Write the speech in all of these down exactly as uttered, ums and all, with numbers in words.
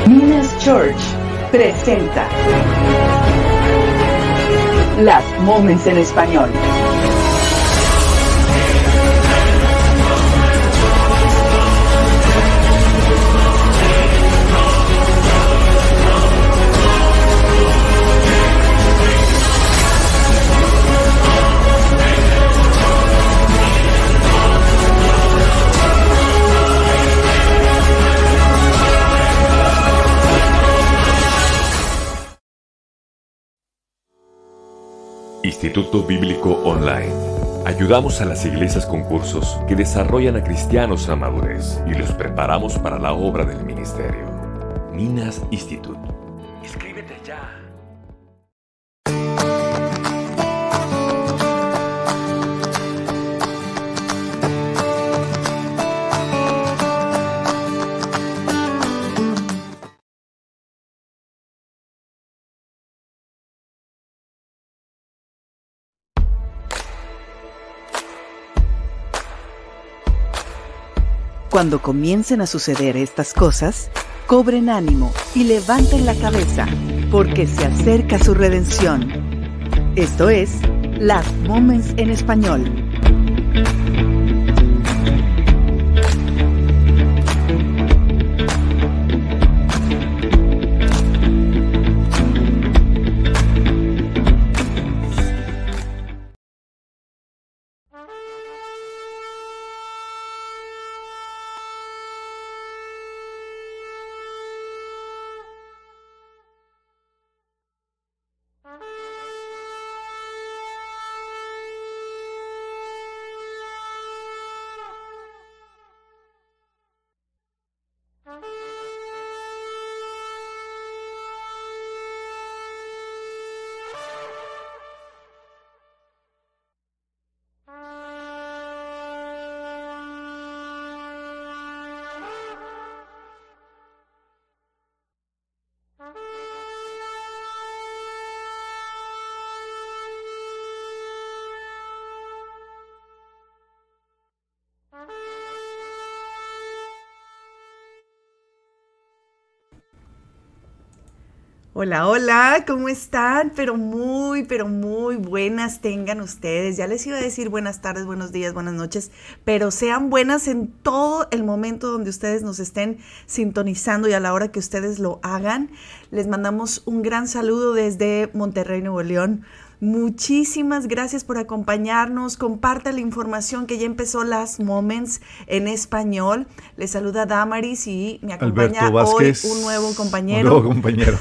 Minas Church presenta Last Moments en Español. Instituto Bíblico Online. Ayudamos a las iglesias con cursos que desarrollan a cristianos a madurez y los preparamos para la obra del ministerio. Minas Institute. Inscríbete ya. Cuando comiencen a suceder estas cosas, cobren ánimo y levanten la cabeza, porque se acerca su redención. Esto es Last Moments en Español. Hola, hola, ¿cómo están? Pero muy, pero muy buenas tengan ustedes. Ya les iba a decir buenas tardes, buenos días, buenas noches, pero sean buenas en todo el momento donde ustedes nos estén sintonizando y a la hora que ustedes lo hagan. Les mandamos un gran saludo desde Monterrey, Nuevo León. Muchísimas gracias por acompañarnos. Comparte la información que ya empezó Last Moments en español. Les saluda Damaris y me acompaña hoy un nuevo compañero. Un nuevo compañero.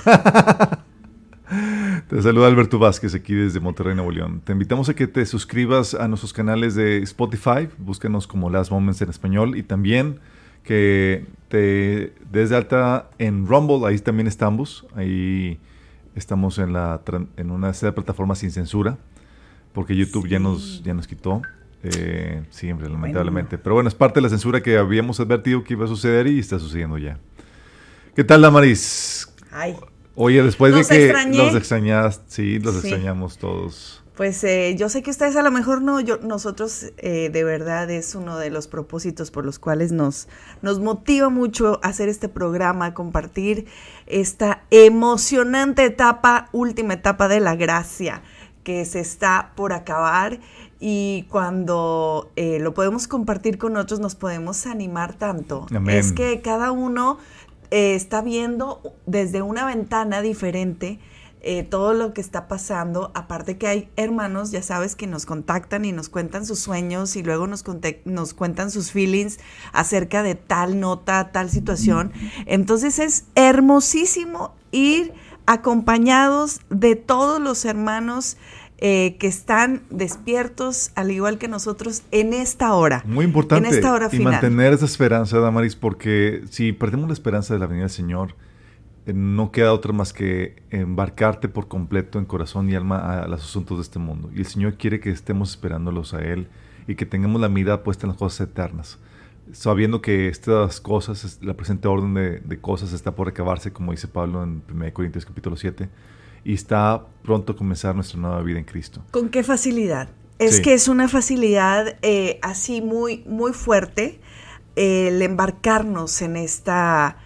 Te saluda Alberto Vázquez aquí desde Monterrey, Nuevo León. Te invitamos a que te suscribas a nuestros canales de Spotify. Búscanos como Last Moments en español y también que te des de alta en Rumble. Ahí también estamos. Ahí estamos en la en una serie de plataformas sin censura, porque YouTube sí. ya nos ya nos quitó, eh, siempre, lamentablemente. Bueno. Pero bueno, es parte de la censura que habíamos advertido que iba a suceder y está sucediendo ya. ¿Qué tal, Damaris? Ay. Oye, después los de que extrañé. los extrañas, sí, los sí. extrañamos todos. Pues eh, yo sé que ustedes a lo mejor no, yo, nosotros eh, de verdad es uno de los propósitos por los cuales nos, nos motiva mucho hacer este programa, compartir esta emocionante etapa, última etapa de la gracia que se está por acabar, y cuando eh, lo podemos compartir con otros nos podemos animar tanto. Amén. Es que cada uno eh, está viendo desde una ventana diferente Eh, todo lo que está pasando, aparte que hay hermanos, ya sabes, que nos contactan y nos cuentan sus sueños y luego nos, conte- nos cuentan sus feelings acerca de tal nota, tal situación. Entonces es hermosísimo ir acompañados de todos los hermanos eh, que están despiertos, al igual que nosotros, en esta hora. Muy importante, en esta hora y final. mantener esa esperanza, Damaris, porque si perdemos la esperanza de la venida del Señor, no queda otra más que embarcarte por completo en corazón y alma a los asuntos de este mundo. Y el Señor quiere que estemos esperándolos a Él y que tengamos la mirada puesta en las cosas eternas, sabiendo que estas cosas, la presente orden de, de cosas está por acabarse, como dice Pablo en primera Corintios capítulo siete, y está pronto a comenzar nuestra nueva vida en Cristo. ¿Con qué facilidad? Es sí. que es una facilidad eh, así muy, muy fuerte eh, el embarcarnos en esta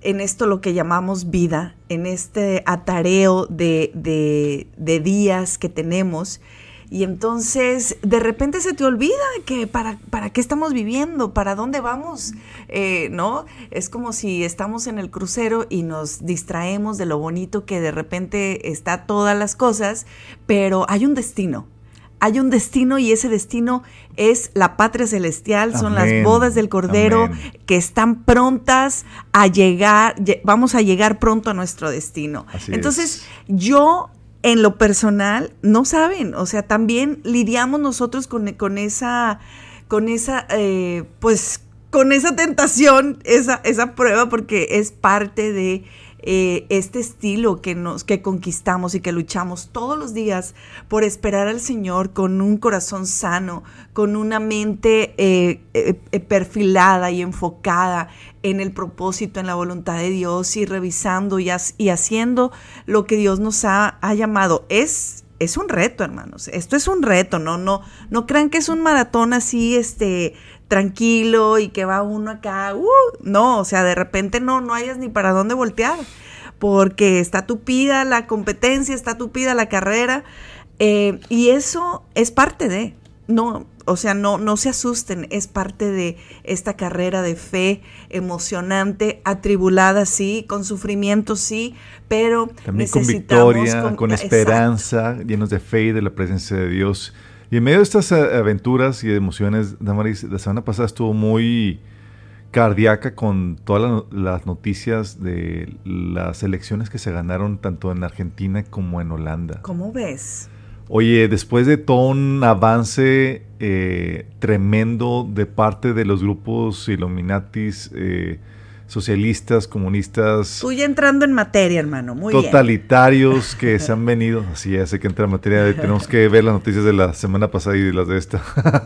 en esto lo que llamamos vida, en este atareo de, de, de días que tenemos. Y entonces de repente se te olvida que para, para qué estamos viviendo, para dónde vamos, eh, ¿no? Es como si estamos en el crucero y nos distraemos de lo bonito que de repente está todas las cosas, pero hay un destino. Hay un destino y ese destino es la patria celestial, Amén. Son las bodas del Cordero Amén. Que están prontas a llegar, vamos a llegar pronto a nuestro destino. Así Entonces es. yo... En lo personal, no saben, o sea, también lidiamos nosotros con, con esa, con esa, eh, pues, con esa tentación, esa, esa prueba, porque es parte de eh, este estilo que nos, que conquistamos y que luchamos todos los días por esperar al Señor con un corazón sano, con una mente eh, eh, perfilada y enfocada en el propósito, en la voluntad de Dios y revisando y, ha, y haciendo lo que Dios nos ha, ha llamado. Es, es un reto, hermanos. Esto es un reto, ¿no? No, no crean que es un maratón así, este, tranquilo y que va uno acá. Uh, no, o sea, de repente no, no hayas ni para dónde voltear porque está tupida la competencia, está tupida la carrera eh, y eso es parte de, no... O sea, no, no se asusten, es parte de esta carrera de fe emocionante, atribulada, sí, con sufrimiento, sí, pero también con necesitamos... victoria, con, con esperanza, exacto. Llenos de fe y de la presencia de Dios. Y en medio de estas aventuras y emociones, Damaris, la semana pasada estuvo muy cardíaca con todas las noticias de las elecciones que se ganaron tanto en Argentina como en Holanda. ¿Cómo ves? Oye, después de todo un avance eh, tremendo de parte de los grupos Illuminatis, eh, socialistas, comunistas... Tú ya entrando en materia, hermano, muy totalitarios bien. que se han venido... Así ya sé que entra en materia, de, tenemos que ver las noticias de la semana pasada y las de esta.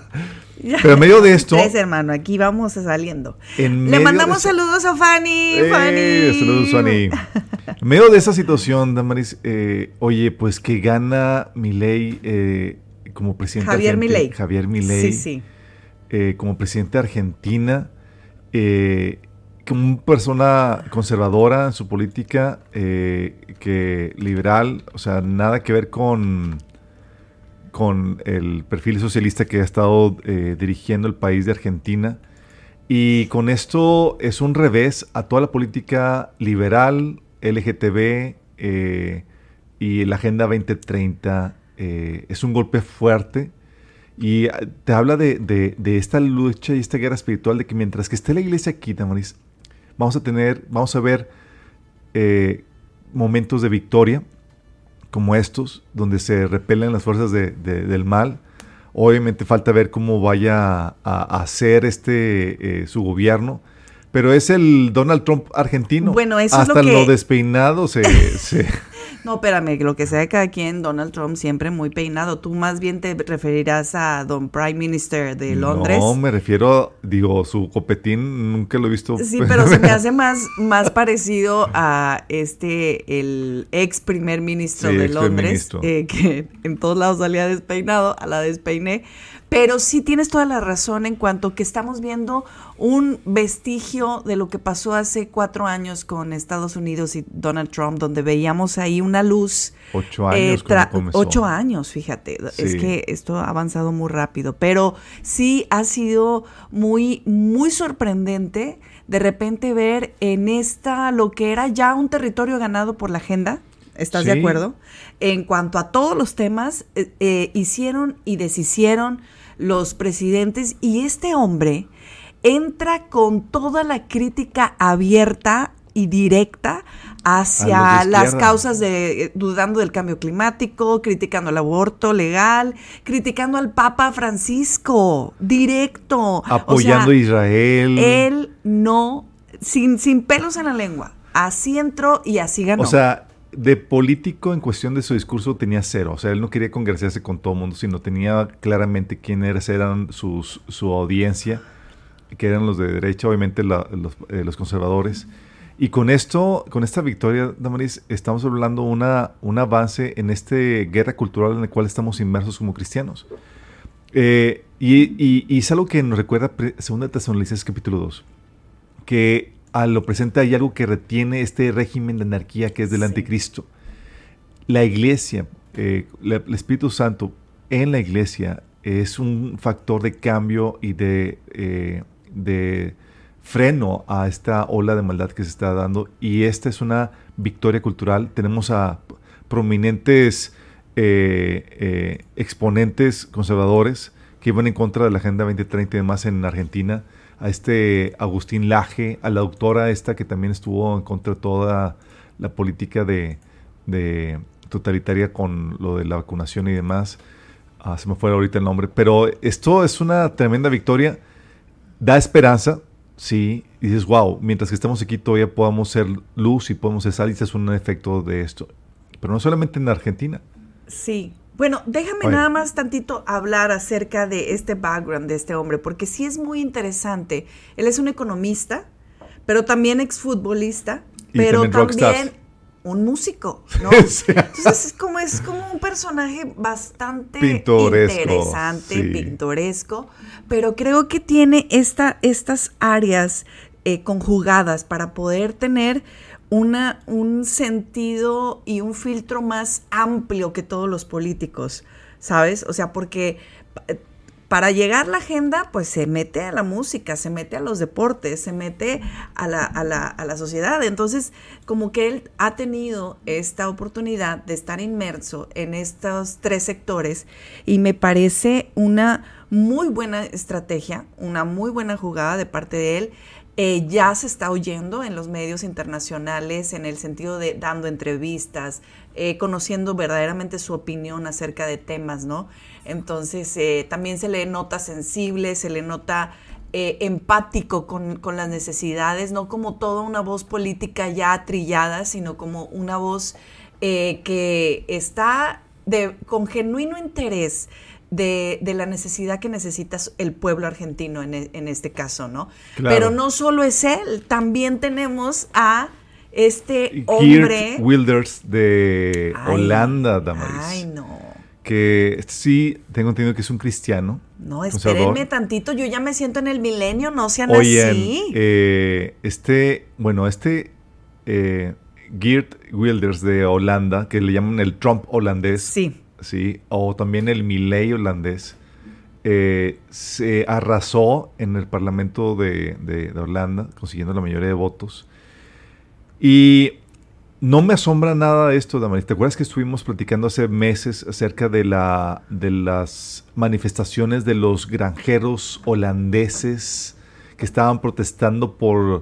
Pero en medio de esto... Tres, hermano, aquí vamos saliendo. Le mandamos de... saludos a Fanny. Eh, Fanny. Saludos, Fanny. En medio de esa situación, Damaris, eh, oye, pues que gana Milei eh, como presidente Javier Milei. Javier Milei. Sí, sí. Eh, como presidente de Argentina, eh, como una persona conservadora en su política, eh, que liberal, o sea, nada que ver con, con el perfil socialista que ha estado eh, dirigiendo el país de Argentina. Y con esto es un revés a toda la política liberal, L G T B eh, y la Agenda veinte treinta. Eh, es un golpe fuerte y te habla de, de, de esta lucha y esta guerra espiritual, de que mientras que esté la iglesia aquí, Damaris, vamos a tener, vamos a ver eh, momentos de victoria como estos, donde se repelen las fuerzas de, de, del mal. Obviamente falta ver cómo vaya a, a hacer este eh, su gobierno, pero es el Donald Trump argentino. Bueno, eso hasta es lo que... lo despeinado se... se... No, espérame, lo que sea de cada quien, Donald Trump siempre muy peinado. Tú más bien te referirás a Don Prime Minister de Londres. No, me refiero, digo, su copetín nunca lo he visto. Sí, pero se me hace más, más parecido a este, el ex primer ministro sí, de Londres, eh, que en todos lados salía despeinado, a la despeiné. Pero sí tienes toda la razón en cuanto que estamos viendo un vestigio de lo que pasó hace cuatro años con Estados Unidos y Donald Trump, donde veíamos ahí una luz. Ocho años. Eh, tra- comenzó. Ocho años, fíjate. Sí. Es que esto ha avanzado muy rápido. Pero sí ha sido muy, muy sorprendente de repente ver en esta, lo que era ya un territorio ganado por la agenda. ¿Estás sí. de acuerdo? En cuanto a todos los temas, eh, eh, hicieron y deshicieron los presidentes, y este hombre entra con toda la crítica abierta y directa hacia las causas de, eh, dudando del cambio climático, criticando el aborto legal, criticando al Papa Francisco, directo. Apoyando a Israel. Él no, sin, sin pelos en la lengua, así entró y así ganó. O sea, de político en cuestión de su discurso tenía cero. O sea, él no quería congraciarse con todo el mundo, sino tenía claramente quiénes eran sus, su audiencia, que eran los de derecha, obviamente la, los, eh, los conservadores. Y con esto, con esta victoria, Damaris, estamos hablando de una, un avance en esta guerra cultural en la cual estamos inmersos como cristianos. Eh, y, y, y es algo que nos recuerda segunda Tesalonicenses capítulo dos, que a lo presente hay algo que retiene este régimen de anarquía que es del sí. anticristo. La iglesia, eh, la, el Espíritu Santo en la iglesia es un factor de cambio y de, eh, de freno a esta ola de maldad que se está dando, y esta es una victoria cultural. Tenemos a prominentes eh, eh, exponentes conservadores que iban en contra de la Agenda veinte treinta y demás en Argentina, a este Agustín Laje, a la doctora esta que también estuvo en contra de toda la política de, de totalitaria con lo de la vacunación y demás. Ah, se me fue ahorita el nombre, pero esto es una tremenda victoria, da esperanza, sí, y dices, wow, mientras que estamos aquí todavía podamos ser luz y podemos ser sal, y este es un efecto de esto, pero no solamente en Argentina. Sí, bueno, déjame Oye. nada más tantito hablar acerca de este background de este hombre, porque sí es muy interesante. Él es un economista, pero también exfutbolista, y pero también... también un músico, ¿no? Sí. Entonces es como, es como un personaje bastante pintoresco, interesante, sí. pintoresco, pero creo que tiene esta, estas áreas eh, conjugadas para poder tener una, un sentido y un filtro más amplio que todos los políticos, ¿sabes? O sea, porque para llegar a la agenda, pues se mete a la música, se mete a los deportes, se mete a la, a la, a la sociedad. Entonces, como que él ha tenido esta oportunidad de estar inmerso en estos tres sectores, y me parece una muy buena estrategia, una muy buena jugada de parte de él. Eh, ya se está oyendo en los medios internacionales en el sentido de dando entrevistas, eh, conociendo verdaderamente su opinión acerca de temas, ¿no? Entonces, eh, también se le nota sensible, se le nota eh, empático con, con las necesidades, no como toda una voz política ya trillada, sino como una voz eh, que está de, con genuino interés De, de la necesidad que necesita el pueblo argentino en, en este caso, ¿no? Claro. Pero no solo es él, también tenemos a este hombre... Geert Wilders de ay, Holanda, Damaris. Ay, no. Que sí, tengo entendido que es un cristiano. No, espérenme tantito, yo ya me siento en el milenio, no sean Oye, así. Eh, este, bueno, este eh, Geert Wilders de Holanda, que le llaman el Trump holandés. Sí. Sí, o también el Milei holandés, eh, se arrasó en el Parlamento de, de, de Holanda, consiguiendo la mayoría de votos. Y no me asombra nada esto, Damaris. ¿Te acuerdas que estuvimos platicando hace meses acerca de, la, de las manifestaciones de los granjeros holandeses que estaban protestando por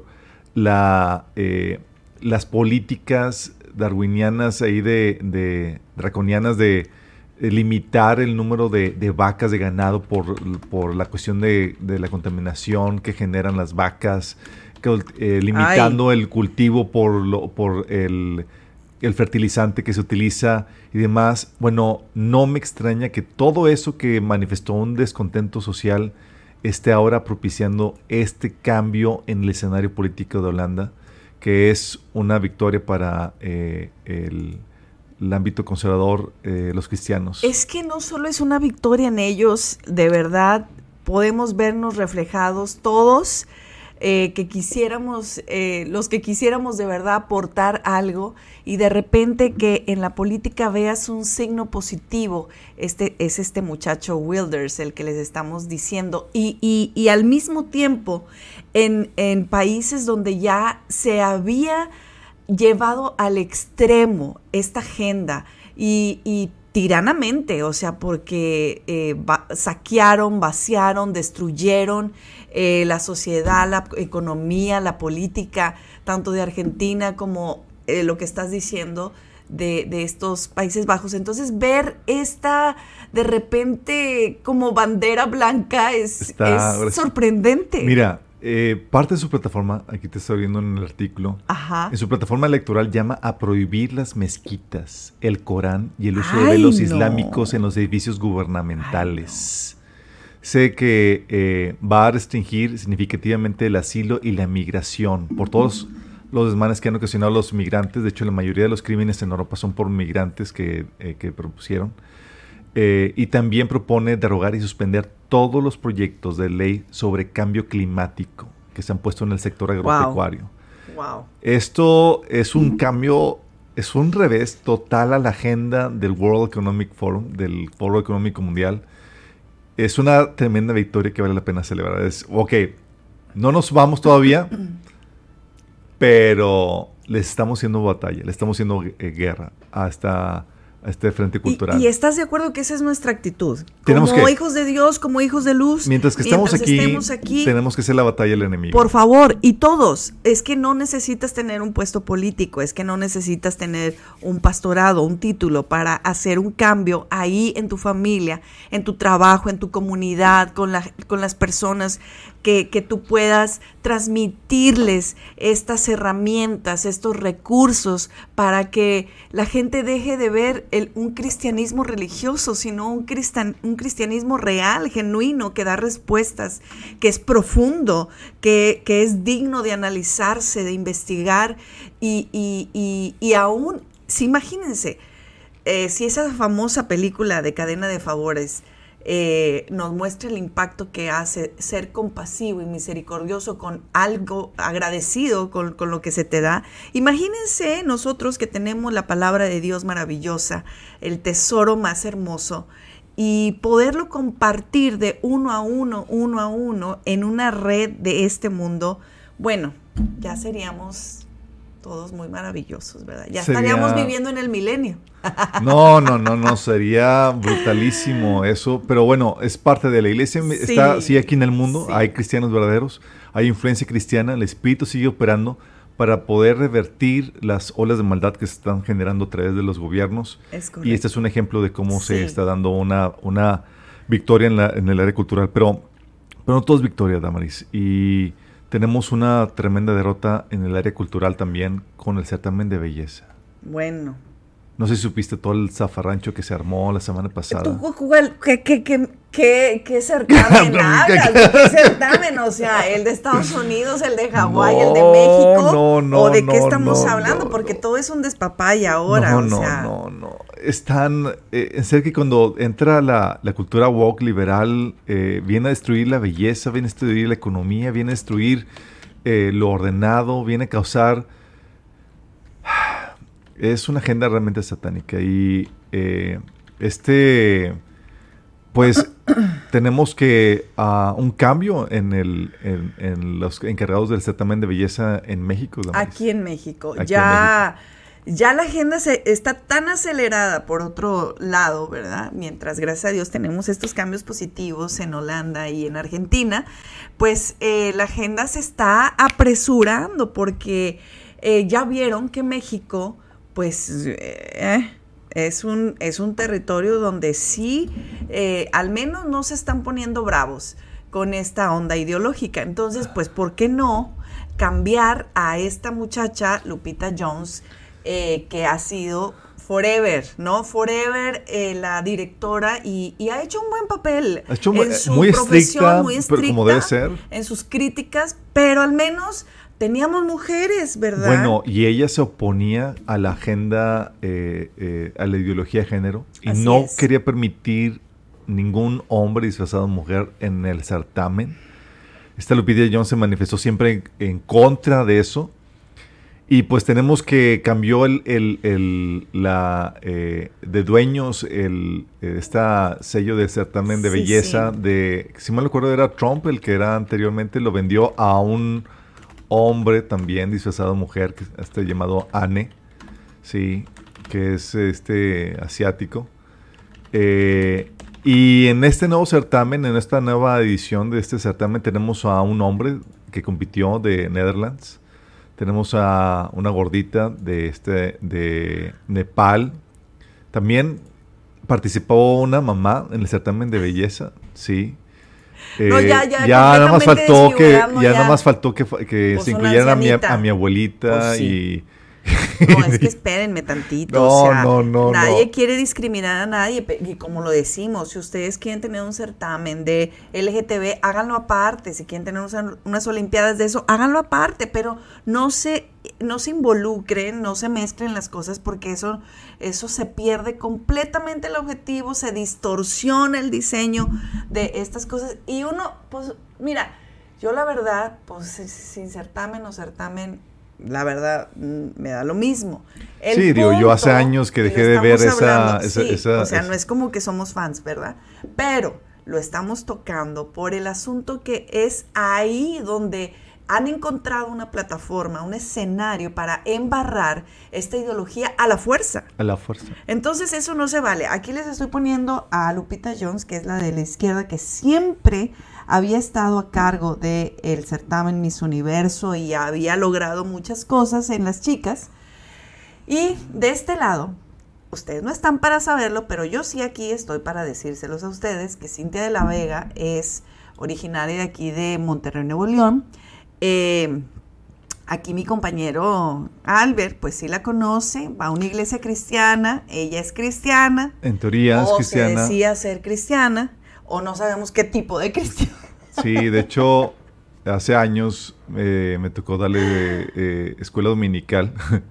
la, eh, las políticas darwinianas ahí de, de draconianas de limitar el número de, de vacas de ganado por, por la cuestión de, de la contaminación que generan las vacas, que, eh, limitando Ay. el cultivo por, lo, por el, el fertilizante que se utiliza y demás? Bueno, no me extraña que todo eso que manifestó un descontento social esté ahora propiciando este cambio en el escenario político de Holanda, que es una victoria para eh, el... el ámbito conservador, eh, los cristianos. Es que no solo es una victoria en ellos, de verdad podemos vernos reflejados todos, eh, que quisiéramos, eh, los que quisiéramos de verdad aportar algo, y de repente que en la política veas un signo positivo. Este es este muchacho Wilders, el que les estamos diciendo, y, y, y al mismo tiempo en, en países donde ya se había llevado al extremo esta agenda y, y tiranamente, o sea, porque eh, va, saquearon, vaciaron, destruyeron eh, la sociedad, la economía, la política, tanto de Argentina como eh, lo que estás diciendo de, de estos Países Bajos. Entonces, ver esta, de repente, como bandera blanca es, Está, es sorprendente. Mira, Eh, parte de su plataforma, aquí te estoy viendo en el artículo, Ajá. en su plataforma electoral llama a prohibir las mezquitas, el Corán y el uso Ay, de velos no. islámicos en los edificios gubernamentales. Ay, no. Sé que eh, va a restringir significativamente el asilo y la migración por todos los desmanes que han ocasionado los migrantes. De hecho, la mayoría de los crímenes en Europa son por migrantes que, eh, que propusieron. Eh, y también propone derogar y suspender todos los proyectos de ley sobre cambio climático que se han puesto en el sector agropecuario. Wow. Wow. Esto es un cambio, es un revés total a la agenda del World Economic Forum, del Foro Económico Mundial. Es una tremenda victoria que vale la pena celebrar. Es, ok, no nos vamos todavía, pero les estamos haciendo batalla, le estamos haciendo eh, guerra a esta... este frente cultural. Y, y estás de acuerdo que esa es nuestra actitud. Tenemos como que, hijos de Dios, como hijos de luz. Mientras que estamos mientras aquí, estemos aquí, tenemos que hacer la batalla del enemigo. Por favor, y todos, es que no necesitas tener un puesto político, es que no necesitas tener un pastorado, un título para hacer un cambio ahí en tu familia, en tu trabajo, en tu comunidad, con, la, con las personas que, que tú puedas transmitirles estas herramientas, estos recursos para que la gente deje de ver el, un cristianismo religioso, sino un, cristian, un cristianismo real, genuino, que da respuestas, que es profundo, que, que es digno de analizarse, de investigar y, y, y, y aún, si imagínense, eh, si esa famosa película de Cadena de Favores Eh, nos muestra el impacto que hace ser compasivo y misericordioso con algo, agradecido con, con lo que se te da. Imagínense nosotros que tenemos la palabra de Dios maravillosa, el tesoro más hermoso, y poderlo compartir de uno a uno, uno a uno, en una red de este mundo. Bueno, ya seríamos todos muy maravillosos, ¿verdad? Ya Sería... estaríamos viviendo en el milenio. No, no, no, no, sería brutalísimo eso, pero bueno, es parte de la iglesia, sí. Está sí aquí en el mundo, sí. Hay cristianos verdaderos, hay influencia cristiana, el Espíritu sigue operando para poder revertir las olas de maldad que se están generando a través de los gobiernos. Es correcto. Y este es un ejemplo de cómo sí. se está dando una, una victoria en, la, en el área cultural, pero, pero no todo es victoria, Damaris, y tenemos una tremenda derrota en el área cultural también con el certamen de belleza. Bueno. No sé si supiste todo el zafarrancho que se armó la semana pasada. ¿Tú, qué, qué, qué, qué, qué certamen hablas? ¿Qué certamen? O sea, el de Estados Unidos, el de Hawái, no, el de México. No, no, ¿O de no, qué estamos no, hablando? No, Porque no. todo es un despapalle ahora. No, o no, sea. no, no. Están, eh, en serio que cuando entra la, la cultura woke liberal, eh, viene a destruir la belleza, viene a destruir la economía, viene a destruir eh, lo ordenado, viene a causar... Es una agenda realmente satánica y eh, este, pues tenemos que uh, un cambio en el en, en los encargados del certamen de belleza en México. Damaris. Aquí en México, Aquí ya, en México. ya la agenda se, está tan acelerada por otro lado, ¿verdad? Mientras, gracias a Dios, tenemos estos cambios positivos en Holanda y en Argentina, pues eh, la agenda se está apresurando porque eh, ya vieron que México... pues eh, es un es un territorio donde sí, eh, al menos no se están poniendo bravos con esta onda ideológica. Entonces, pues, ¿por qué no cambiar a esta muchacha, Lupita Jones, eh, que ha sido forever, ¿no? Forever eh, la directora y, y ha hecho un buen papel ha hecho en su muy profesión, estricta, muy estricta, pero como debe ser. En sus críticas, pero al menos... teníamos mujeres, ¿verdad? Bueno, y ella se oponía a la agenda, eh, eh, a la ideología de género, y Así no es. quería permitir ningún hombre disfrazado de mujer en el certamen. Esta Lupita Jones se manifestó siempre en, en contra de eso, y pues tenemos que cambió el, el, el la eh, de dueños el esta sello de certamen de sí, belleza sí. de, si mal recuerdo era Trump el que era anteriormente, lo vendió a un hombre también disfrazado de mujer, que este llamado Anne, sí, que es este asiático. Eh, y en este nuevo certamen, en esta nueva edición de este certamen, tenemos a un hombre que compitió de Netherlands. Tenemos a una gordita de este de Nepal. También participó una mamá en el certamen de belleza, sí. Eh, no, ya, ya, ya nada más faltó que ya, ya nada más faltó que, que pues se incluyeran a mi, a mi abuelita pues sí. y no, es que espérenme tantito, no, o sea, no, no, nadie no. quiere discriminar a nadie, y como lo decimos, si ustedes quieren tener un certamen de L G T B, háganlo aparte, si quieren tener unas olimpiadas de eso, háganlo aparte, pero no se, no se involucren, no se mezclen las cosas, porque eso, eso se pierde completamente el objetivo, se distorsiona el diseño de estas cosas, y uno, pues, mira, yo la verdad, pues, sin certamen o certamen, la verdad mm, me da lo mismo. El sí, digo, yo hace años que y dejé lo de ver estamos esa, hablando, esa, sí, esa- o sea, esa- no es como que somos fans, ¿verdad? Pero lo estamos tocando por el asunto que es ahí donde han encontrado una plataforma, un escenario para embarrar esta ideología a la fuerza. a la fuerza. Entonces eso no se vale. Aquí les estoy poniendo a Lupita Jones, que es la de la izquierda, que siempre había estado a cargo del certamen Miss Universo y había logrado muchas cosas en las chicas. Y de este lado, ustedes no están para saberlo, pero yo sí aquí estoy para decírselos a ustedes que Cintia de la Vega es originaria de aquí de Monterrey, Nuevo León. Eh, aquí mi compañero Albert, pues sí la conoce, va a una iglesia cristiana, ella es cristiana, En teoría es o cristiana. se decía ser cristiana, o no sabemos qué tipo de cristiana. Sí, de hecho, hace años eh, me tocó darle eh, escuela dominical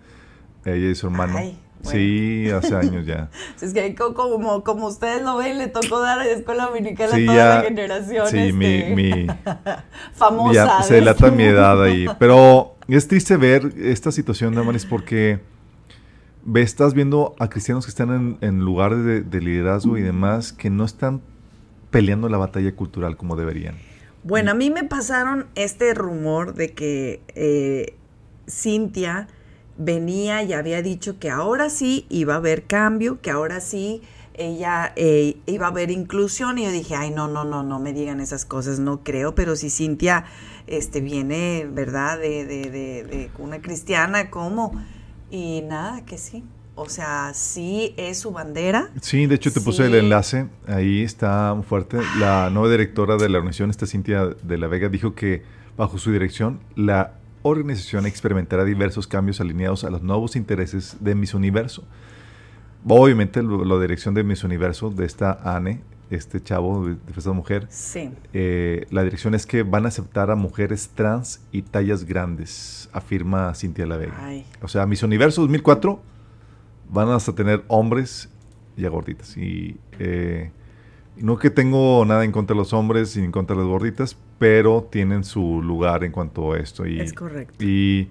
a ella y su hermano. Ay, bueno. Sí, hace años ya. Es que co- como, como ustedes lo ven, le tocó dar escuela dominical Sí, a toda ya- la generación sí, este, mi- mi- famosa. Ya se de delata este mi mundo. edad ahí. Pero es triste ver esta situación, Damaris, porque ve, estás viendo a cristianos que están en, en lugares de, de liderazgo y demás que no están peleando la batalla cultural como deberían. Bueno, a mí me pasaron este rumor de que eh, Cintia venía y había dicho que ahora sí iba a haber cambio, que ahora sí ella eh, iba a haber inclusión, y yo dije, ay, no, no, no, no me digan esas cosas, no creo, pero si Cintia este, viene, ¿verdad?, de, de, de, de una cristiana, ¿cómo? Y nada, que sí, o sea, sí es su bandera. Sí, de hecho te puse Sí. el enlace, ahí está muy fuerte. La nueva directora de la organización, esta Cintia de la Vega, dijo que bajo su dirección la organización experimentará diversos cambios alineados a los nuevos intereses de Miss Universo. Obviamente lo- la dirección de Miss Universo, de esta Anne, este chavo de, de esta mujer, Sí. eh, la dirección es que van a aceptar a mujeres trans y tallas grandes, afirma Cintia La Vega. Ay. O sea, Miss Universo dos mil cuatro van hasta tener hombres y a gorditas. Y eh, no que tengo nada en contra de los hombres y en contra de las gorditas, pero tienen su lugar en cuanto a esto. Y, Es correcto. Y,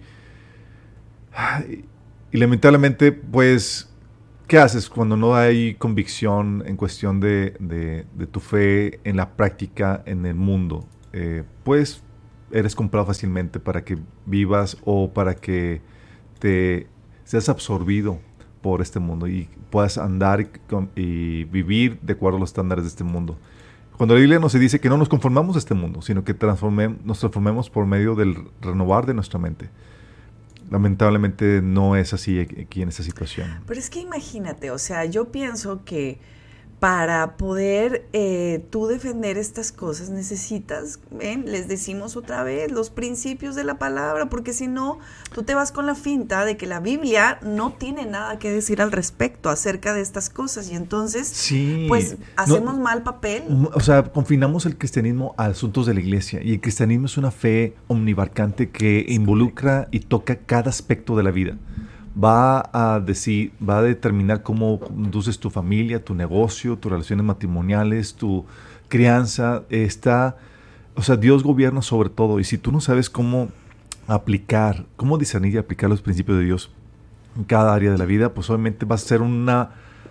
ay, y lamentablemente, pues, ¿qué haces cuando no hay convicción en cuestión de, de- de tu fe en la práctica, en el mundo? Eh, pues eres comprado fácilmente para que vivas o para que te seas absorbido por este mundo y puedas andar y, con- y vivir de acuerdo a los estándares de este mundo. Cuando la Biblia nos dice que no nos conformamos a este mundo, sino que transformem- nos transformemos por medio del renovar de nuestra mente. Lamentablemente no es así aquí en esta situación. Pero es que imagínate, o sea, yo pienso que para poder eh, tú defender estas cosas necesitas, ¿ven? Les decimos otra vez, los principios de la palabra, porque si no, tú te vas con la finta de que la Biblia no tiene nada que decir al respecto acerca de estas cosas, y entonces, Sí. pues, No, hacemos mal papel. O sea, confinamos el cristianismo a asuntos de la iglesia y el cristianismo es una fe omnibarcante que involucra y toca cada aspecto de la vida. Va a decir, va a determinar cómo conduces tu familia, tu negocio, tus relaciones matrimoniales, tu crianza. Está, o sea, Dios gobierna sobre todo y si tú no sabes cómo aplicar, cómo discernir y aplicar los principios de Dios en cada área de la vida, pues obviamente vas a ser una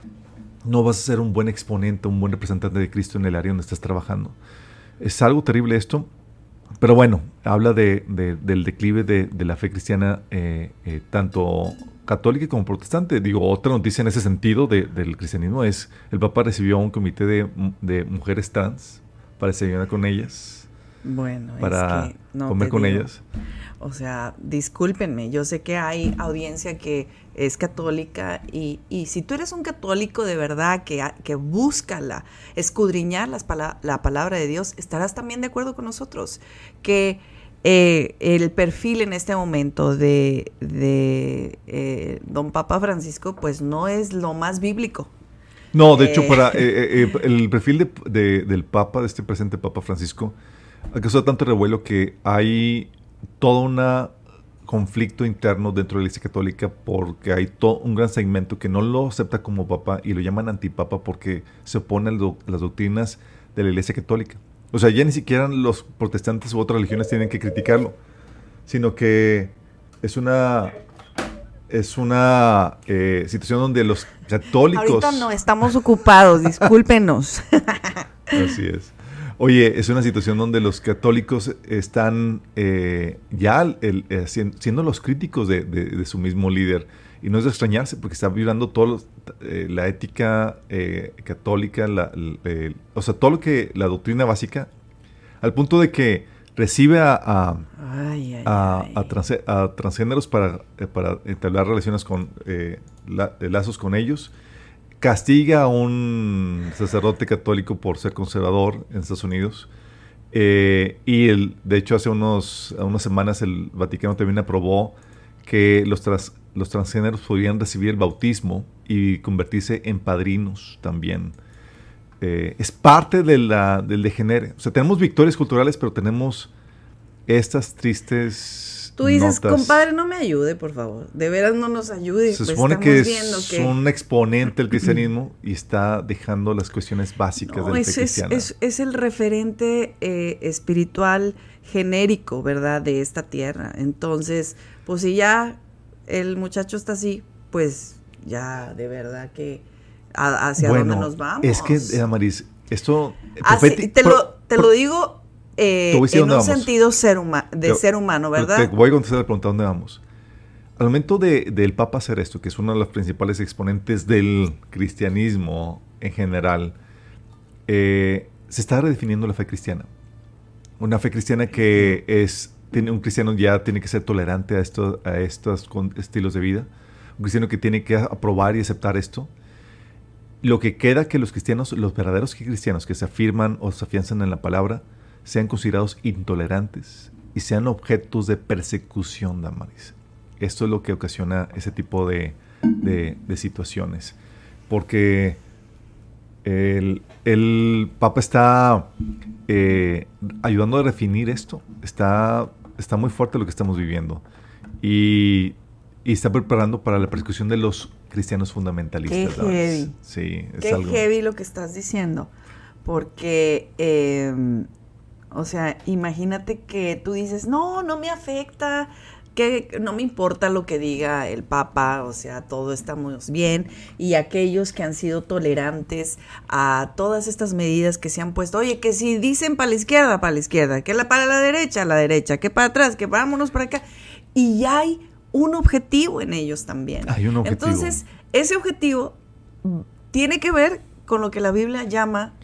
no vas a ser un buen exponente, un buen representante de Cristo en el área donde estás trabajando. Es algo terrible esto, pero bueno, habla de, de- del declive de, de la fe cristiana, eh, eh, tanto católica como protestante. Digo, otra noticia en ese sentido de- del cristianismo es el Papa recibió un comité de, de mujeres trans para desayunar con ellas, Bueno, para es que no comer te con digo. ellas. O sea, discúlpenme, yo sé que hay audiencia que es católica y, y si tú eres un católico de verdad que, que busca la, escudriñar las pala- la palabra de Dios, estarás también de acuerdo con nosotros que eh, el perfil en este momento de, de eh, don Papa Francisco pues no es lo más bíblico. No, de hecho, Eh. para eh, eh, eh, el perfil de, de- del Papa, de este presente Papa Francisco, ha causado tanto revuelo que hay todo un conflicto interno dentro de la Iglesia Católica porque hay todo un gran segmento que no lo acepta como Papa y lo llaman antipapa porque se opone a lo- las doctrinas de la Iglesia Católica. O sea, ya ni siquiera los protestantes u otras religiones tienen que criticarlo, sino que es una, es una eh, situación donde los católicos... Ahorita no, estamos ocupados, discúlpenos. Así es. Oye, es una situación donde los católicos están eh, ya el, el, siendo los críticos de, de, de su mismo líder. Y no es de extrañarse porque está violando todo eh, la ética eh, católica, la, eh, o sea, todo lo que, la doctrina básica, al punto de que recibe a, a, ay, ay, a, ay. a, trans, a transgéneros para, eh, para entablar relaciones con, eh, la, lazos con ellos, castiga a un sacerdote católico por ser conservador en Estados Unidos, eh, y el, de hecho hace unos, unas semanas el Vaticano también aprobó que los tras, los transgéneros podrían recibir el bautismo y convertirse en padrinos también. Eh, es parte de la, del degenere. O sea, tenemos victorias culturales, pero tenemos estas tristes Tú dices, notas. compadre, no me ayude, por favor. De veras no nos ayude. Se Pues supone estamos que es viendo que... un exponente del cristianismo y está dejando las cuestiones básicas No, de la fe es, es, cristiana. es, es el referente eh, espiritual genérico, ¿verdad?, de esta tierra. Entonces, pues si ya el muchacho está así, pues ya de verdad que a, hacia bueno, dónde nos vamos. Es que, Amaris, esto... Así, profeti- te, lo, pro- te pro- lo digo eh, te voy a decir en un dónde vamos. sentido ser huma- de Te- ser humano, pero ¿verdad? Te voy a contestar la pregunta, ¿dónde vamos? Al momento de, del Papa hacer esto, que es uno de los principales exponentes del cristianismo en general, eh, se está redefiniendo la fe cristiana. Una fe cristiana que es... Tiene, un cristiano ya tiene que ser tolerante a, esto, a estos con, estilos de vida. Un cristiano que tiene que aprobar y aceptar esto. Lo que queda que los cristianos, los verdaderos cristianos que se afirman o se afianzan en la palabra, sean considerados intolerantes y sean objetos de persecución, Damaris. Esto es lo que ocasiona ese tipo de, de, de situaciones. Porque el, el Papa está eh, ayudando a definir esto. Está, está muy fuerte lo que estamos viviendo. Y, y está preparando para la persecución de los cristianos fundamentalistas. Qué heavy. Sí, es Qué algo... heavy lo que estás diciendo. Porque, eh, o sea, imagínate que tú dices, no, no me afecta, que no me importa lo que diga el Papa, o sea, todo estamos bien. Y aquellos que han sido tolerantes a todas estas medidas que se han puesto, oye, que si dicen para la izquierda, para la izquierda, que la, para la derecha, a la derecha, que para atrás, que vámonos para acá. Y ya hay un objetivo en ellos también. Hay un objetivo. Entonces, ese objetivo tiene que ver con lo que la Biblia llama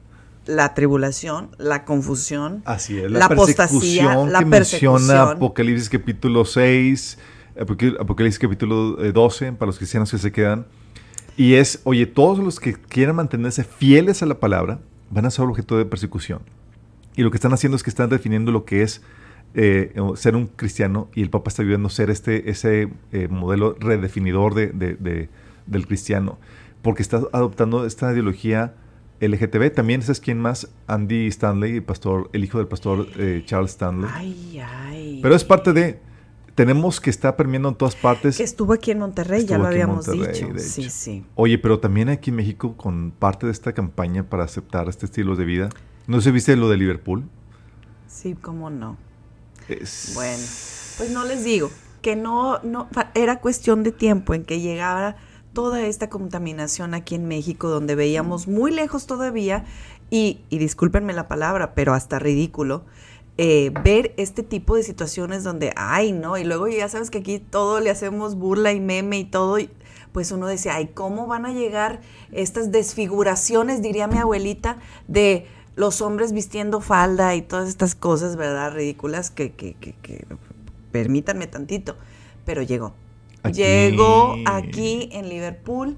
la tribulación, la confusión, Así es, la, la persecución apostasía, la que persecución. menciona Apocalipsis capítulo seis, Apocalipsis capítulo doce, para los cristianos que se quedan. Y es, oye, todos los que quieran mantenerse fieles a la palabra van a ser objeto de persecución. Y lo que están haciendo es que están definiendo lo que es eh, ser un cristiano, y el Papa está ayudando a ser este, ese eh, modelo redefinidor de, de, de, del cristiano, porque está adoptando esta ideología L G T B. También, ¿sabes quién más? Andy Stanley, el pastor, el hijo del pastor eh, Charles Stanley. Ay, ay. Pero es parte de... Tenemos que estar permeando en todas partes. Que estuvo aquí en Monterrey, Estuvo ya lo aquí en habíamos Monterrey, dicho. de Sí, hecho. sí. Oye, pero también aquí en México, con parte de esta campaña para aceptar este estilo de vida. ¿No se viste lo de Liverpool? Sí, cómo no. Es... Bueno, pues no les digo que no, no, era cuestión de tiempo en que llegara toda esta contaminación aquí en México, donde veíamos muy lejos todavía, y, y discúlpenme la palabra, pero hasta ridículo, eh, ver este tipo de situaciones donde, ay, no, y luego ya sabes que aquí todo le hacemos burla y meme y todo, y pues uno decía, ay, ¿cómo van a llegar estas desfiguraciones, diría mi abuelita, de los hombres vistiendo falda y todas estas cosas, ¿verdad? Ridículas que, que, que, que permítanme tantito, pero llegó. Aquí. Llegó aquí en Liverpool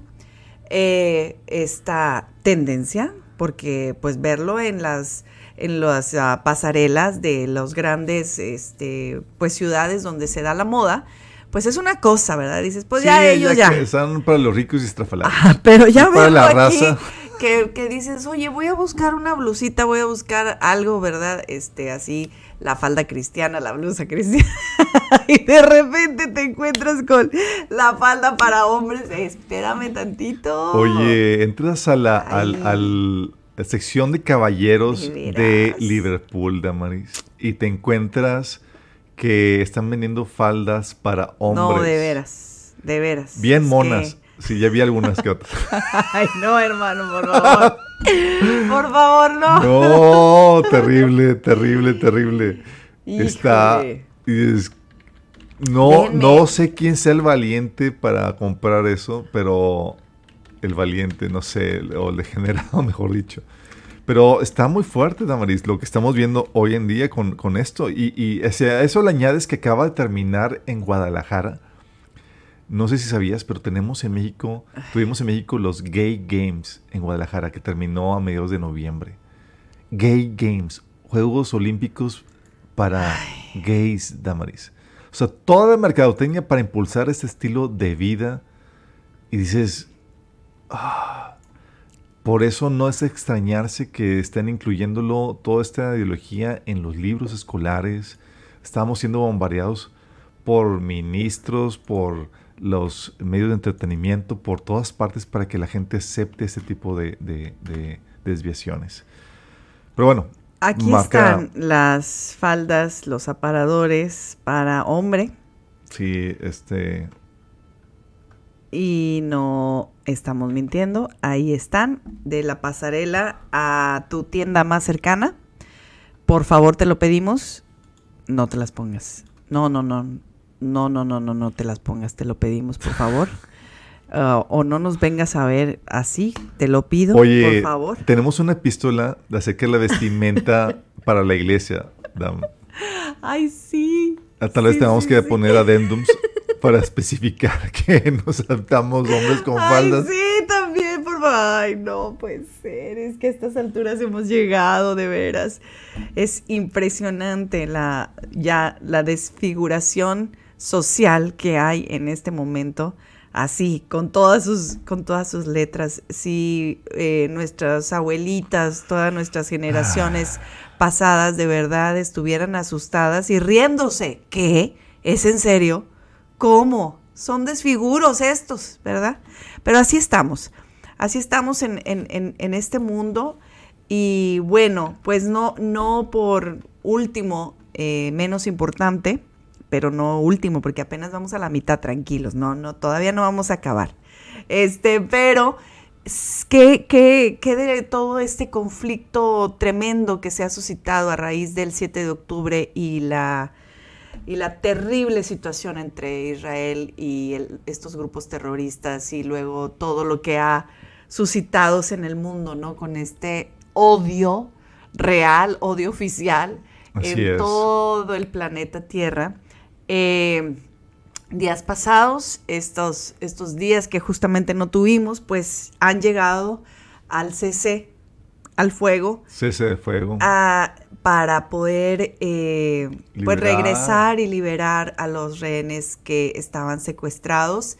eh, esta tendencia, porque pues verlo en las en las uh, pasarelas de los grandes este pues ciudades donde se da la moda, pues es una cosa, ¿verdad? Dices, pues Sí, ya ellos ya. que están para los ricos y estrafalarios. Ah, pero ya Y para verlo la aquí, raza. que, que dices, oye, voy a buscar una blusita, voy a buscar algo, ¿verdad? Este, así, la falda cristiana, la blusa cristiana, y de repente te encuentras con la falda para hombres. Espérame tantito. Oye, entras a la, al, Ay. al- la sección de caballeros De veras. de Liverpool, Damaris, y te encuentras que están vendiendo faldas para hombres. No, de veras, de veras. Bien Es monas. que- Sí, ya vi algunas que otras. Ay, no, hermano, por favor. Por favor, no. No, terrible, terrible, terrible. Híjole. Está... y es- no, Denme. no sé quién sea el valiente para comprar eso, pero el valiente, no sé, o el degenerado, mejor dicho. Pero está muy fuerte, Damaris, lo que estamos viendo hoy en día con, con esto. Y, y o sea, a eso le añades que acaba de terminar en Guadalajara. No sé si sabías, pero tenemos en México, tuvimos en México los Gay Games en Guadalajara, que terminó a mediados de noviembre. Gay Games, Juegos Olímpicos para Ay. gays, Damaris. O sea, toda la mercadotecnia para impulsar este estilo de vida. Y dices, ah, por eso no es extrañarse que estén incluyéndolo, toda esta ideología en los libros escolares. Estamos siendo bombardeados por ministros, por los medios de entretenimiento, por todas partes para que la gente acepte este tipo de, de, de desviaciones. Pero bueno. Aquí marca, están las faldas, los aparadores para hombre. Sí, este... Y no estamos mintiendo. Ahí están, de la pasarela a tu tienda más cercana. Por favor, te lo pedimos. No te las pongas. No, no, no. No, no, no, no, no te las pongas. Te lo pedimos, por favor. Uh, o no nos vengas a ver así. Te lo pido, Oye, por favor. Tenemos una epístola de acerca de la vestimenta para la iglesia, Dam. Ay, sí. Tal sí, vez tengamos sí, que sí. poner adendums para especificar que nos adaptamos hombres con faldas. Ay, sí, también, por favor. Ay, no puede ser. Es que a estas alturas hemos llegado, de veras. Es impresionante la, ya, la desfiguración social que hay en este momento. Así, con todas sus, con todas sus letras. Si eh, nuestras abuelitas, todas nuestras generaciones ah. pasadas de verdad estuvieran asustadas y riéndose. ¿Qué? ¿Es en serio? ¿Cómo? Son desfiguros estos, ¿verdad? Pero así estamos. Así estamos en, en, en, en este mundo. Y bueno, pues no, no por último, eh, menos importante, pero no último, porque apenas vamos a la mitad, tranquilos, no, no, todavía no vamos a acabar. Este, pero, ¿qué, qué, qué de todo este conflicto tremendo que se ha suscitado a raíz del siete de octubre y la, y la terrible situación entre Israel y el, estos grupos terroristas y luego todo lo que ha suscitado en el mundo, ¿no? Con este odio real, odio oficial Así en es. todo el planeta Tierra. Eh, días pasados, estos, estos días que justamente no tuvimos, pues han llegado al cese, al fuego. Cese de fuego. A, para poder eh, pues regresar y liberar a los rehenes que estaban secuestrados.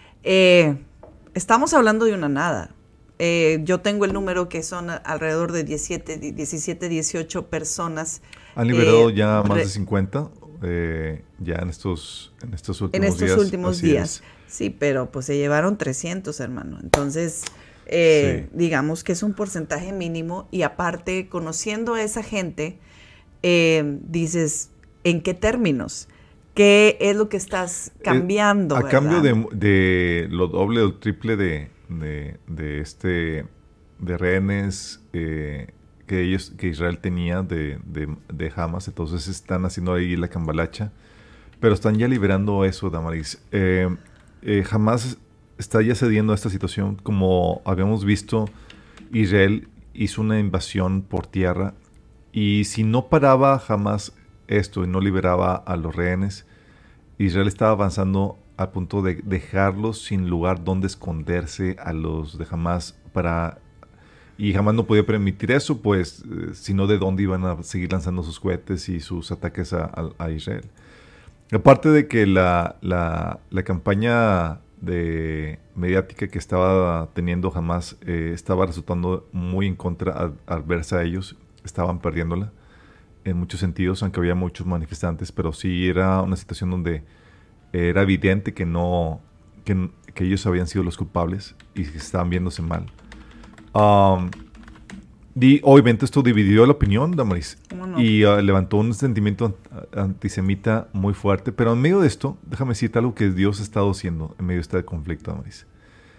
Eh, estamos hablando de una nada. Eh, yo tengo el número que son alrededor de diecisiete, dieciocho personas. Han liberado eh, ya más re- de cincuenta. Eh, ya en estos, en estos últimos En estos días. últimos Así días. es. Sí, pero pues se llevaron trescientos, hermano. Entonces, eh, Sí. digamos que es un porcentaje mínimo. Y aparte, conociendo a esa gente, eh, dices, ¿en qué términos? ¿Qué es lo que estás cambiando? Eh, a ¿verdad? cambio de, de lo doble o triple de, de, de este de rehenes eh, que ellos que Israel tenía de, de, de Hamas, entonces están haciendo ahí la cambalacha, pero están ya liberando eso, Damaris. Eh, eh, Hamas está ya cediendo a esta situación. Como habíamos visto, Israel hizo una invasión por tierra y si no paraba Hamas esto y no liberaba a los rehenes, Israel estaba avanzando al punto de dejarlos sin lugar donde esconderse a los de Hamas para... Y jamás no podía permitir eso, pues, eh, sino de dónde iban a seguir lanzando sus cohetes y sus ataques a, a, a Israel. Aparte de que la, la, la campaña de mediática que estaba teniendo Hamas eh, estaba resultando muy en contra, adversa a ellos, estaban perdiéndola en muchos sentidos, aunque había muchos manifestantes, pero sí era una situación donde era evidente que no que, que ellos habían sido los culpables y que estaban viéndose mal. Um, Y obviamente esto dividió la opinión, Damaris, no? y uh, levantó un sentimiento antisemita muy fuerte. Pero en medio de esto, déjame decirte algo que Dios ha estado haciendo en medio de este conflicto, Damaris.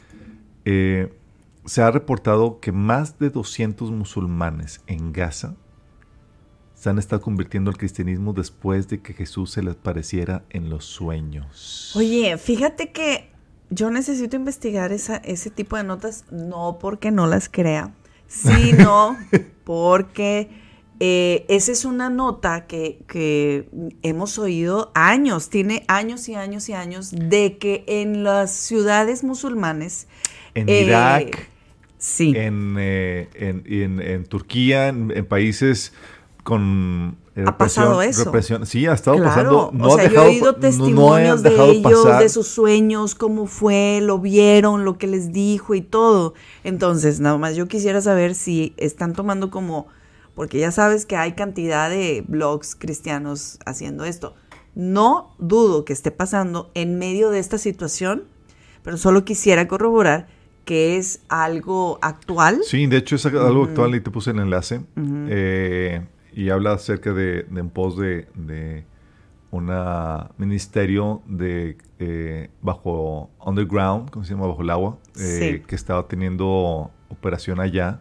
Eh, se ha reportado que más de doscientos musulmanes en Gaza se han estado convirtiendo al cristianismo después de que Jesús se les apareciera en los sueños. Oye, fíjate que yo necesito investigar esa, ese tipo de notas, no porque no las crea, sino porque eh, esa es una nota que, que hemos oído años, tiene años y años y años, de que en las ciudades musulmanes... En eh, Irak, sí. en, eh, en, en, en Turquía, en, en países con... Ha pasado eso. Represión. Sí, ha estado claro. pasando. No o sea, ha dejado, yo he oído testimonios no, no de ellos, pasar. de sus sueños, cómo fue, lo vieron, lo que les dijo y todo. Entonces, nada más yo quisiera saber si están tomando como, porque ya sabes que hay cantidad de blogs cristianos haciendo esto. No dudo que esté pasando en medio de esta situación, pero solo quisiera corroborar que es algo actual. Sí, de hecho es algo uh-huh. actual y te puse el enlace. Uh-huh. Eh... Y habla acerca de, de en pos de, de un ministerio de eh, bajo underground, ¿cómo se llama? Bajo el agua, eh, sí. que estaba teniendo operación allá.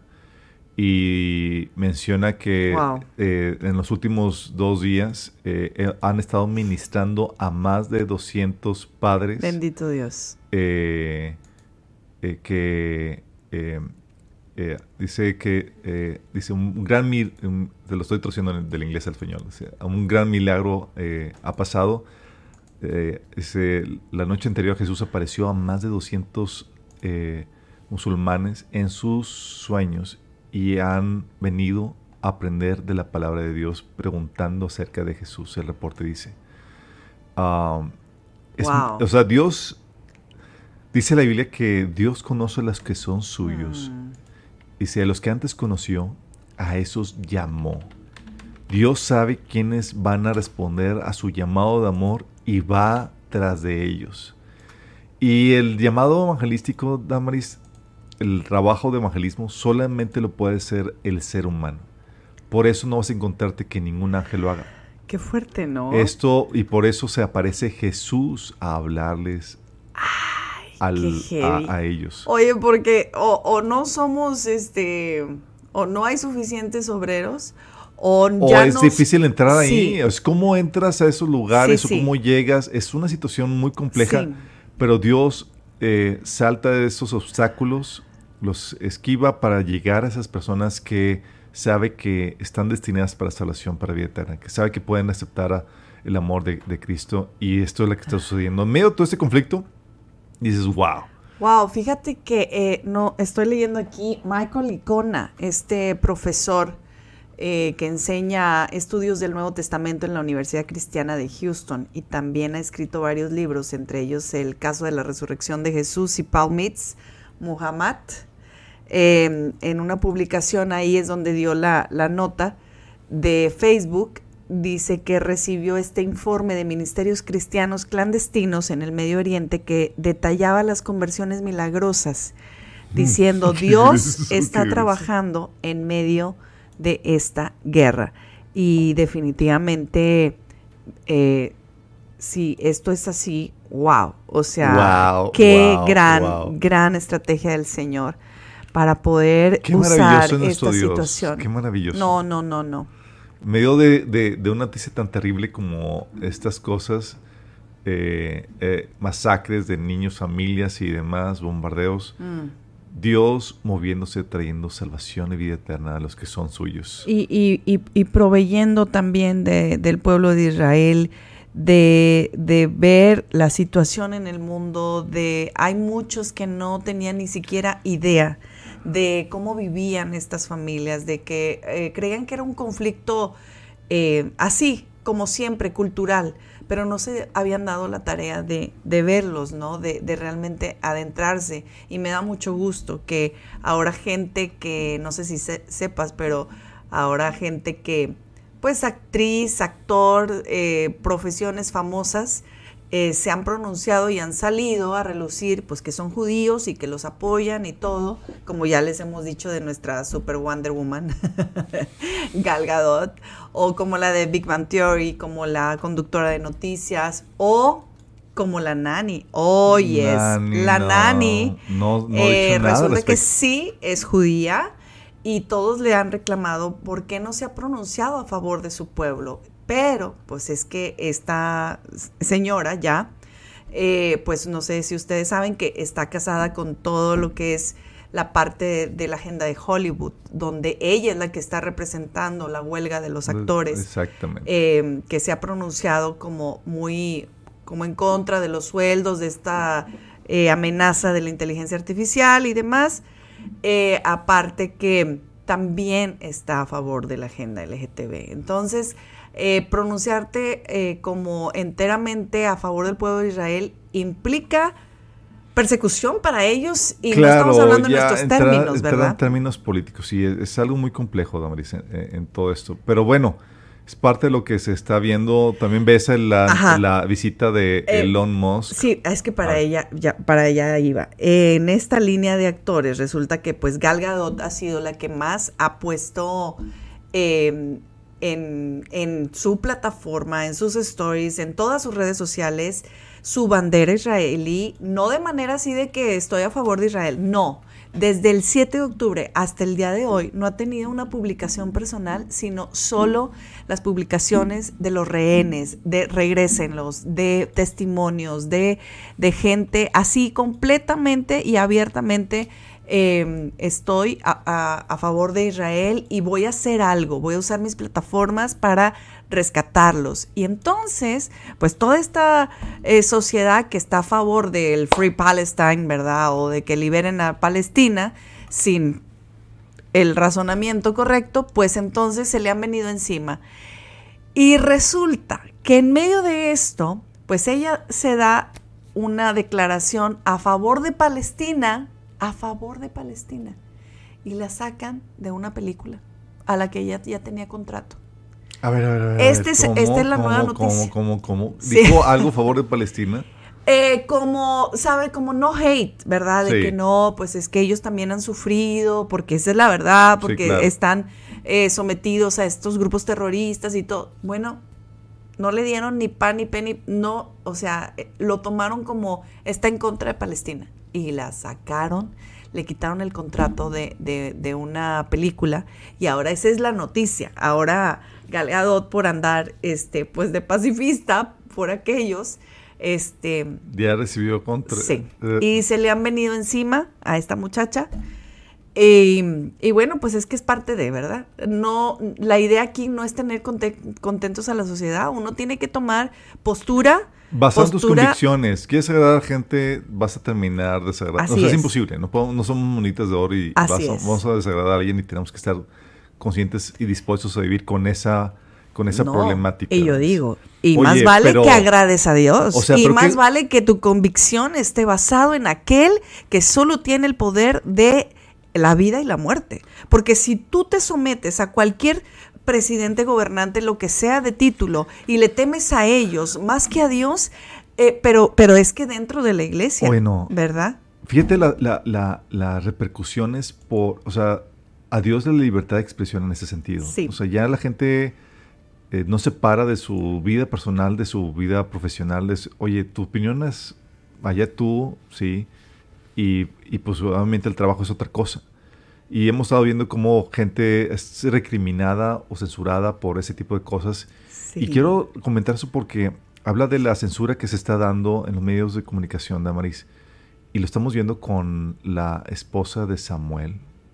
Y menciona que wow. eh, en los últimos dos días eh, han estado ministrando a más de doscientos padres. Bendito Dios. Eh, eh, que... Eh, Eh, dice que eh, dice un gran mil, um, te lo estoy traduciendo del inglés al español, dice, un gran milagro eh, ha pasado. Eh, dice, la noche anterior Jesús apareció a más de doscientos eh, musulmanes en sus sueños y han venido a aprender de la palabra de Dios preguntando acerca de Jesús. El reporte dice, um, es, wow. o sea, Dios, dice la Biblia que Dios conoce a los que son suyos. Mm. Dice, a los que antes conoció, a esos llamó. Dios sabe quiénes van a responder a su llamado de amor y va tras de ellos. Y el llamado evangelístico, Damaris, el trabajo de evangelismo, solamente lo puede hacer el ser humano. Por eso no vas a encontrarte que ningún ángel lo haga. Qué fuerte, ¿no? Esto, y por eso se aparece Jesús a hablarles Al, a, a ellos. Oye, porque o, o no somos, este, o no hay suficientes obreros, o, o ya es nos... difícil entrar ahí. Sí. Es cómo entras a esos lugares sí, o cómo sí. llegas. Es una situación muy compleja, sí. pero Dios eh, salta de esos obstáculos, los esquiva para llegar a esas personas que sabe que están destinadas para salvación, para vida eterna, que sabe que pueden aceptar a, el amor de, de Cristo. Y esto es lo que está sucediendo. En medio de todo este conflicto, dices, wow. Wow, fíjate que eh, no estoy leyendo aquí Michael Licona, este profesor eh, que enseña estudios del Nuevo Testamento en la Universidad Cristiana de Houston y también ha escrito varios libros, entre ellos El caso de la resurrección de Jesús y Paul Meets Muhammad. Eh, en una publicación ahí es donde dio la, la nota de Facebook. Dice que recibió este informe de ministerios cristianos clandestinos en el Medio Oriente que detallaba las conversiones milagrosas, diciendo Dios está trabajando en medio de esta guerra. Y definitivamente, eh, si esto es así, wow, o sea, wow, qué wow, gran, wow. gran estrategia del Señor para poder qué usar Dios. esta situación. Qué maravilloso. No, no, no, no. En medio de, de, de una noticia tan terrible como estas cosas, eh, eh, masacres de niños, familias y demás, bombardeos, mm. Dios moviéndose, trayendo salvación y vida eterna a los que son suyos. Y, y, y, y proveyendo también de, del pueblo de Israel, de, de ver la situación en el mundo, de hay muchos que no tenían ni siquiera idea de cómo vivían estas familias, de que eh, creían que era un conflicto eh, así, como siempre, cultural, pero no se habían dado la tarea de, de verlos, ¿no? De, de realmente adentrarse. Y me da mucho gusto que ahora gente que, no sé si se, sepas, pero ahora gente que, pues actriz, actor, eh, profesiones famosas, eh, se han pronunciado y han salido a relucir pues que son judíos y que los apoyan y todo, como ya les hemos dicho de nuestra super Wonder Woman, Gal Gadot, o como la de Big Bang Theory, como la conductora de noticias, o como la Nani. Oh, yes. Nani, la no, Nani no, no eh, he dicho nada resulta al que respecto. sí es judía y todos le han reclamado por qué no se ha pronunciado a favor de su pueblo. Pero, pues es que esta señora ya, eh, pues no sé si ustedes saben que está casada con todo lo que es la parte de, de la agenda de Hollywood, donde ella es la que está representando la huelga de los actores. Exactamente. Eh, que se ha pronunciado como muy, como en contra de los sueldos, de esta eh, amenaza de la inteligencia artificial y demás. Eh, aparte que también está a favor de la agenda L G T B. Entonces, eh, pronunciarte eh, como enteramente a favor del pueblo de Israel implica persecución para ellos y claro, no estamos hablando en ya nuestros entrar, términos, entrar ¿verdad? en términos políticos, sí, es, es algo muy complejo, Damaris, en, en todo esto. Pero bueno, es parte de lo que se está viendo. También ves la, la visita de eh, Elon Musk. Sí, es que para ah. ella, ya, para ella iba. Eh, en esta línea de actores resulta que pues Gal Gadot ha sido la que más ha puesto eh, en, en su plataforma, en sus stories, en todas sus redes sociales, su bandera israelí, no de manera así de que estoy a favor de Israel, no. Desde el siete de octubre hasta el día de hoy no ha tenido una publicación personal, sino solo las publicaciones de los rehenes, de regrésenlos, de testimonios, de, de gente así completamente y abiertamente. Eh, estoy a, a, a favor de Israel y voy a hacer algo, voy a usar mis plataformas para rescatarlos. Y entonces, pues toda esta eh, sociedad que está a favor del Free Palestine, ¿verdad? O de que liberen a Palestina sin el razonamiento correcto, pues entonces se le han venido encima. Y resulta que en medio de esto, pues ella se da una declaración a favor de Palestina, a favor de Palestina, y la sacan de una película a la que ella ya tenía contrato. A ver, a ver, a ver. Este es, ¿Cómo, esta es la cómo, nueva noticia. ¿Cómo, cómo, cómo? Sí. ¿Dijo algo a favor de Palestina? Eh, como, ¿sabe? Como no hate, ¿verdad? De sí. que no, pues es que ellos también han sufrido, porque esa es la verdad, porque sí, claro. están eh, sometidos a estos grupos terroristas y todo. Bueno, no le dieron ni pan ni penny, no, o sea, eh, lo tomaron como está en contra de Palestina y la sacaron. Le quitaron el contrato de, de, de una película y ahora esa es la noticia. Ahora Gal Gadot, por andar este, pues de pacifista por aquellos, este ya recibió contra. Sí. Uh, y se le han venido encima a esta muchacha. Y, y bueno, pues es que es parte de, ¿verdad? No, la idea aquí no es tener conte- contentos a la sociedad. Uno tiene que tomar postura. Basado en tus postura, convicciones. Quieres agradar a gente, vas a terminar desagradando. O sea, es, es imposible. No, podemos, no somos monitas de oro y vas a, vamos a desagradar a alguien y tenemos que estar conscientes y dispuestos a vivir con esa, con esa no, problemática. Y yo digo, y Oye, más vale pero, que agrades a Dios. O sea, y más que, vale que tu convicción esté basado en aquel que solo tiene el poder de la vida y la muerte. Porque si tú te sometes a cualquier presidente, gobernante, lo que sea de título, y le temes a ellos más que a Dios, eh, pero, pero es que dentro de la iglesia, bueno, ¿verdad? Fíjate las la, la, la repercusiones por, o sea, a Dios de la libertad de expresión en ese sentido. Sí. O sea, ya la gente eh, no se para de su vida personal, de su vida profesional. De su, oye, tu opinión es allá tú, sí, y, y pues obviamente el trabajo es otra cosa. Y hemos estado viendo cómo gente es recriminada o censurada por ese tipo de cosas. Sí. Y quiero comentar eso porque habla de la censura que se está dando en los medios de comunicación, Damaris. Y lo estamos viendo con la esposa de Samuel.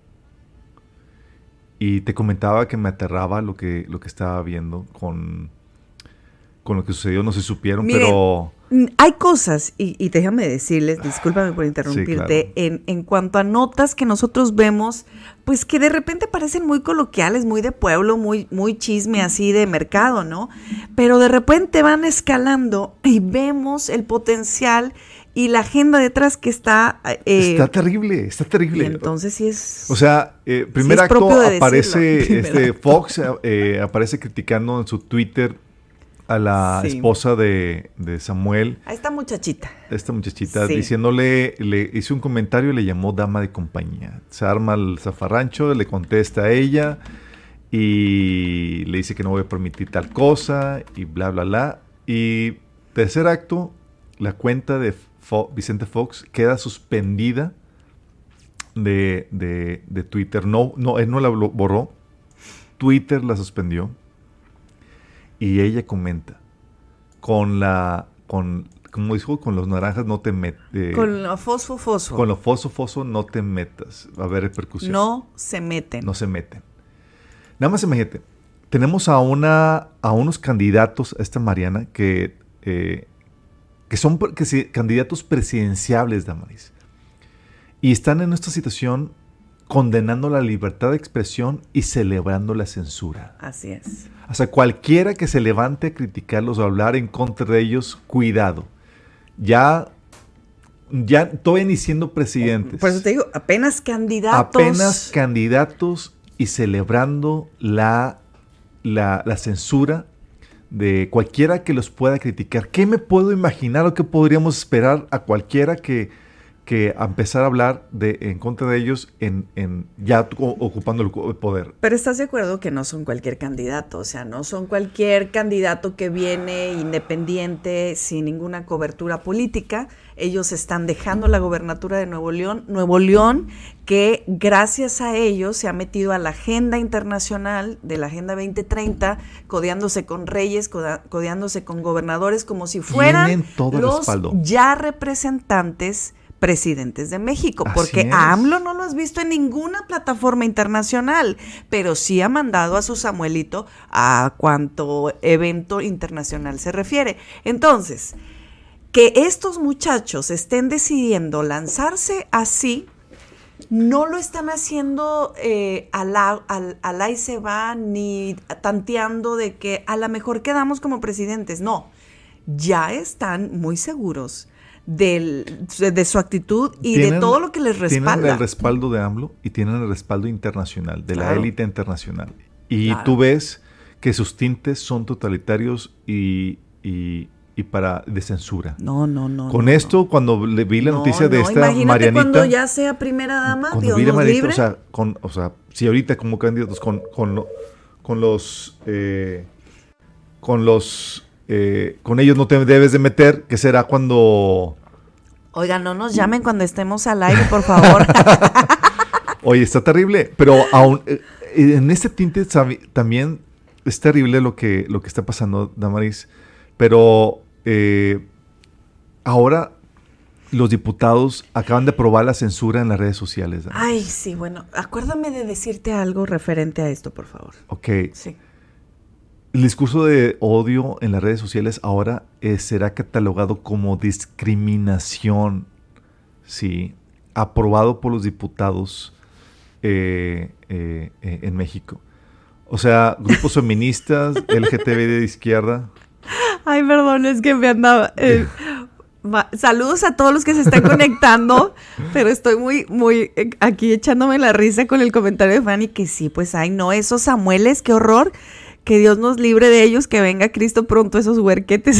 Y te comentaba que me aterraba lo que, lo que estaba viendo con, con lo que sucedió. No se supieron, Miren, pero... hay cosas, y, y déjame decirles, discúlpame por interrumpirte, sí, claro. en, en cuanto a notas que nosotros vemos, pues que de repente parecen muy coloquiales, muy de pueblo, muy, muy chisme así de mercado, ¿no? Pero de repente van escalando y vemos el potencial y la agenda detrás que está... Eh, está terrible, está terrible. Y entonces sí es... O sea, eh, primer sí es acto de aparece decirlo, este Fox, eh, aparece criticando en su Twitter a la Sí. esposa de, de Samuel, A esta muchachita. esta muchachita, Sí. diciéndole, le hizo un comentario y le llamó dama de compañía. Se arma el zafarrancho, le contesta a ella y le dice que no voy a permitir tal cosa y bla, bla, bla. Y tercer acto, la cuenta de Fo- Vicente Fox queda suspendida de, de, de Twitter. No, no, él no la blo- borró. Twitter la suspendió. Y ella comenta, con la, con, como dijo, con los naranjas no te metes. Con lo fosfo, fosfo. Con lo foso, foso no te metas. Va a haber repercusión. No se meten. No se meten. Nada más imagínate. Tenemos a una, a unos candidatos, a esta Mariana, que, eh, que son que sí, candidatos presidenciables, Damaris. Y están en esta situación condenando la libertad de expresión y celebrando la censura. Así es. O sea, cualquiera que se levante a criticarlos o a hablar en contra de ellos, cuidado. Ya, ya todavía ni siendo presidentes. Por eso te digo, apenas candidatos. Apenas candidatos y celebrando la, la, la censura de cualquiera que los pueda criticar. ¿Qué me puedo imaginar o qué podríamos esperar a cualquiera que, que a empezar a hablar de, en contra de ellos en, en ya o- ocupando el poder? Pero estás de acuerdo que no son cualquier candidato, o sea, no son cualquier candidato que viene independiente, sin ninguna cobertura política. Ellos están dejando la gobernatura de Nuevo León, Nuevo León, que gracias a ellos se ha metido a la agenda internacional de la Agenda veinte treinta, codeándose con reyes, coda- codeándose con gobernadores, como si fueran Tienen todo el los respaldo. ya representantes presidentes de México, Así porque es. a AMLO no lo has visto en ninguna plataforma internacional, pero sí ha mandado a su Samuelito a cuanto evento internacional se refiere. Entonces, que estos muchachos estén decidiendo lanzarse así, no lo están haciendo eh, al, al, al ahí se va, ni tanteando de que a lo mejor quedamos como presidentes. No, ya están muy seguros del, de, de su actitud y de todo lo que les respalda. Tienen el respaldo de AMLO y tienen el respaldo internacional, de Claro. la élite internacional. Y Claro. tú ves que sus tintes son totalitarios y, y, y para de censura. No, no, no. Con no, esto, no. cuando le vi la No, noticia de no, esta imagínate Marianita, cuando ya sea primera dama, cuando Dios vi la nos Marianita, libre. o sea, con, o sea, si ahorita como candidatos con, con, lo- con los eh, con los eh, con ellos no te debes de meter, que será cuando Oigan, no nos llamen cuando estemos al aire, por favor. oye, está terrible, pero aún eh, en este tinte sabi- también es terrible lo que, lo que está pasando, Damaris, pero eh, ahora los diputados acaban de aprobar la censura en las redes sociales. Damaris. Ay, sí, bueno, acuérdame de decirte algo referente a esto, por favor. Ok, Sí. el discurso de odio en las redes sociales ahora eh, será catalogado como discriminación, sí, aprobado por los diputados eh, eh, eh, en México. O sea, grupos feministas, L G T B de izquierda. Ay, perdón, es que me andaba... eh, va- saludos a todos los que se están conectando, pero estoy muy, muy eh, aquí echándome la risa con el comentario de Fanny, que sí, pues, ay, no, esos Samueles, qué horror, que Dios nos libre de ellos, que venga Cristo pronto, esos huerquetes.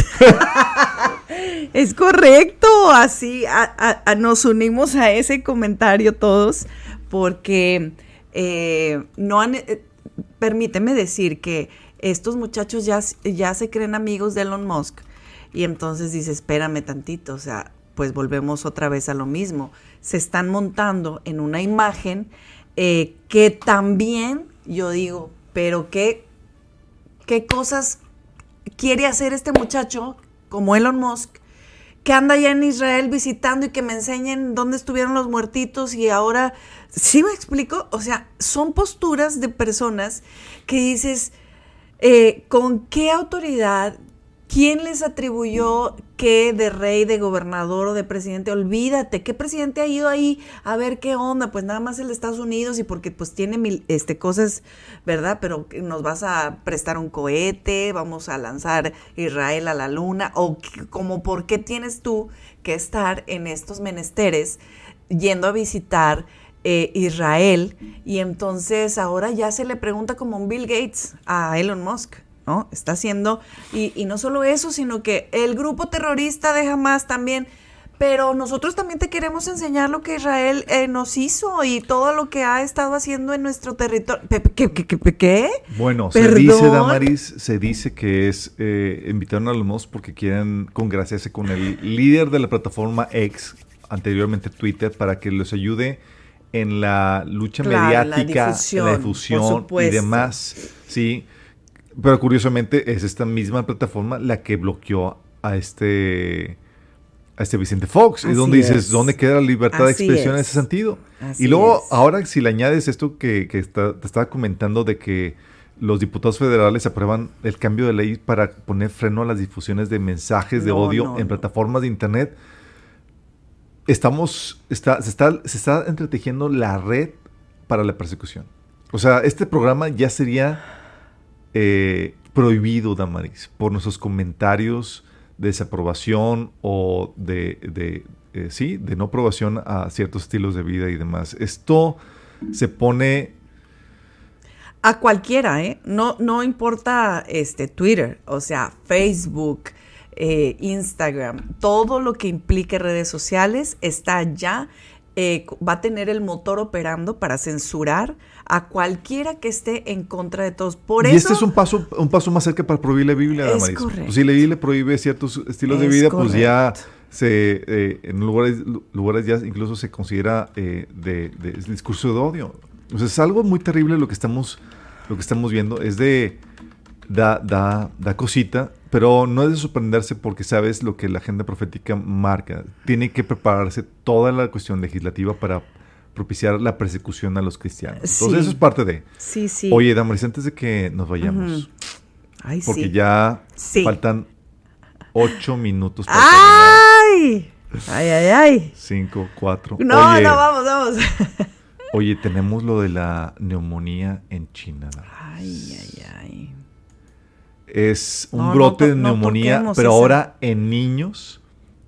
Es correcto, así a- a- a- nos unimos a ese comentario todos, porque eh, no han... eh, permíteme decir que estos muchachos ya, ya se creen amigos de Elon Musk y entonces dice, espérame tantito, o sea, pues volvemos otra vez a lo mismo. Se están montando en una imagen eh, que también, yo digo, pero qué, qué cosas quiere hacer este muchacho como Elon Musk, que anda allá en Israel visitando y que me enseñen dónde estuvieron los muertitos y ahora, ¿sí me explico? O sea, son posturas de personas que dices, eh, ¿con qué autoridad? ¿Quién les atribuyó qué de rey, de gobernador o de presidente? Olvídate, ¿qué presidente ha ido ahí a ver qué onda? Pues nada más el de Estados Unidos y porque pues tiene mil este, cosas, ¿verdad? Pero nos vas a prestar un cohete, vamos a lanzar Israel a la luna, o que- como por qué tienes tú que estar en estos menesteres yendo a visitar eh, Israel, y entonces ahora ya se le pregunta como un Bill Gates a Elon Musk. ¿no? Está haciendo, y, y no solo eso, sino que el grupo terrorista de Hamas también, pero nosotros también te queremos enseñar lo que Israel eh, nos hizo y todo lo que ha estado haciendo en nuestro territorio. ¿Qué? ¿Qué? ¿Qué? ¿Qué? Bueno, ¿Perdón? se dice, Damaris, se dice que es, eh, invitaron a los modos porque quieren congraciarse con el líder de la plataforma X, anteriormente Twitter, para que los ayude en la lucha Claro, mediática, la difusión, en la difusión por y supuesto. demás, sí. Pero curiosamente es esta misma plataforma la que bloqueó a este a este Vicente Fox. Así y donde dices, es. ¿dónde queda la libertad de Así expresión en es. ese sentido? Así y luego, es. ahora si le añades esto que, que está- te estaba comentando de que los diputados federales aprueban el cambio de ley para poner freno a las difusiones de mensajes de No, odio no, en no. plataformas de internet, estamos, está, se, está, se está entretejiendo la red para la persecución. O sea, este programa ya sería eh, prohibido, Damaris, por nuestros comentarios de desaprobación o de, de eh, sí, de no aprobación a ciertos estilos de vida y demás. Esto se pone... A cualquiera, ¿eh? No, no importa este Twitter, o sea, Facebook, eh, Instagram, todo lo que implique redes sociales está ya, eh, va a tener el motor operando para censurar a cualquiera que esté en contra de todos. Por y eso este es un paso, un paso más cerca para prohibir la Biblia, Es Damaris. correcto. Pues si la Biblia prohíbe ciertos estilos de Es vida, pues ya correcto. se eh, en lugares, lugares ya incluso se considera eh, de, de discurso de odio. O sea, es algo muy terrible lo que estamos, lo que estamos viendo. Es de da, da, da cosita, pero no es de sorprenderse porque sabes lo que la agenda profética marca. Tiene que prepararse toda la cuestión legislativa para propiciar la persecución a los cristianos. Entonces Sí. eso es parte de... sí, sí. Oye, Damaris, antes de que nos vayamos, Ujú. Ay, porque sí. ya Sí. faltan ocho minutos para terminar. ¡Ay! ¡Ay, ay, ay! Cinco, cuatro. No, oye, no, vamos, vamos. oye, tenemos lo de la neumonía en China. Damaris. Ay, ay, ay. Es un No, no brote to- de no neumonía, toquemos pero esa. ahora en niños.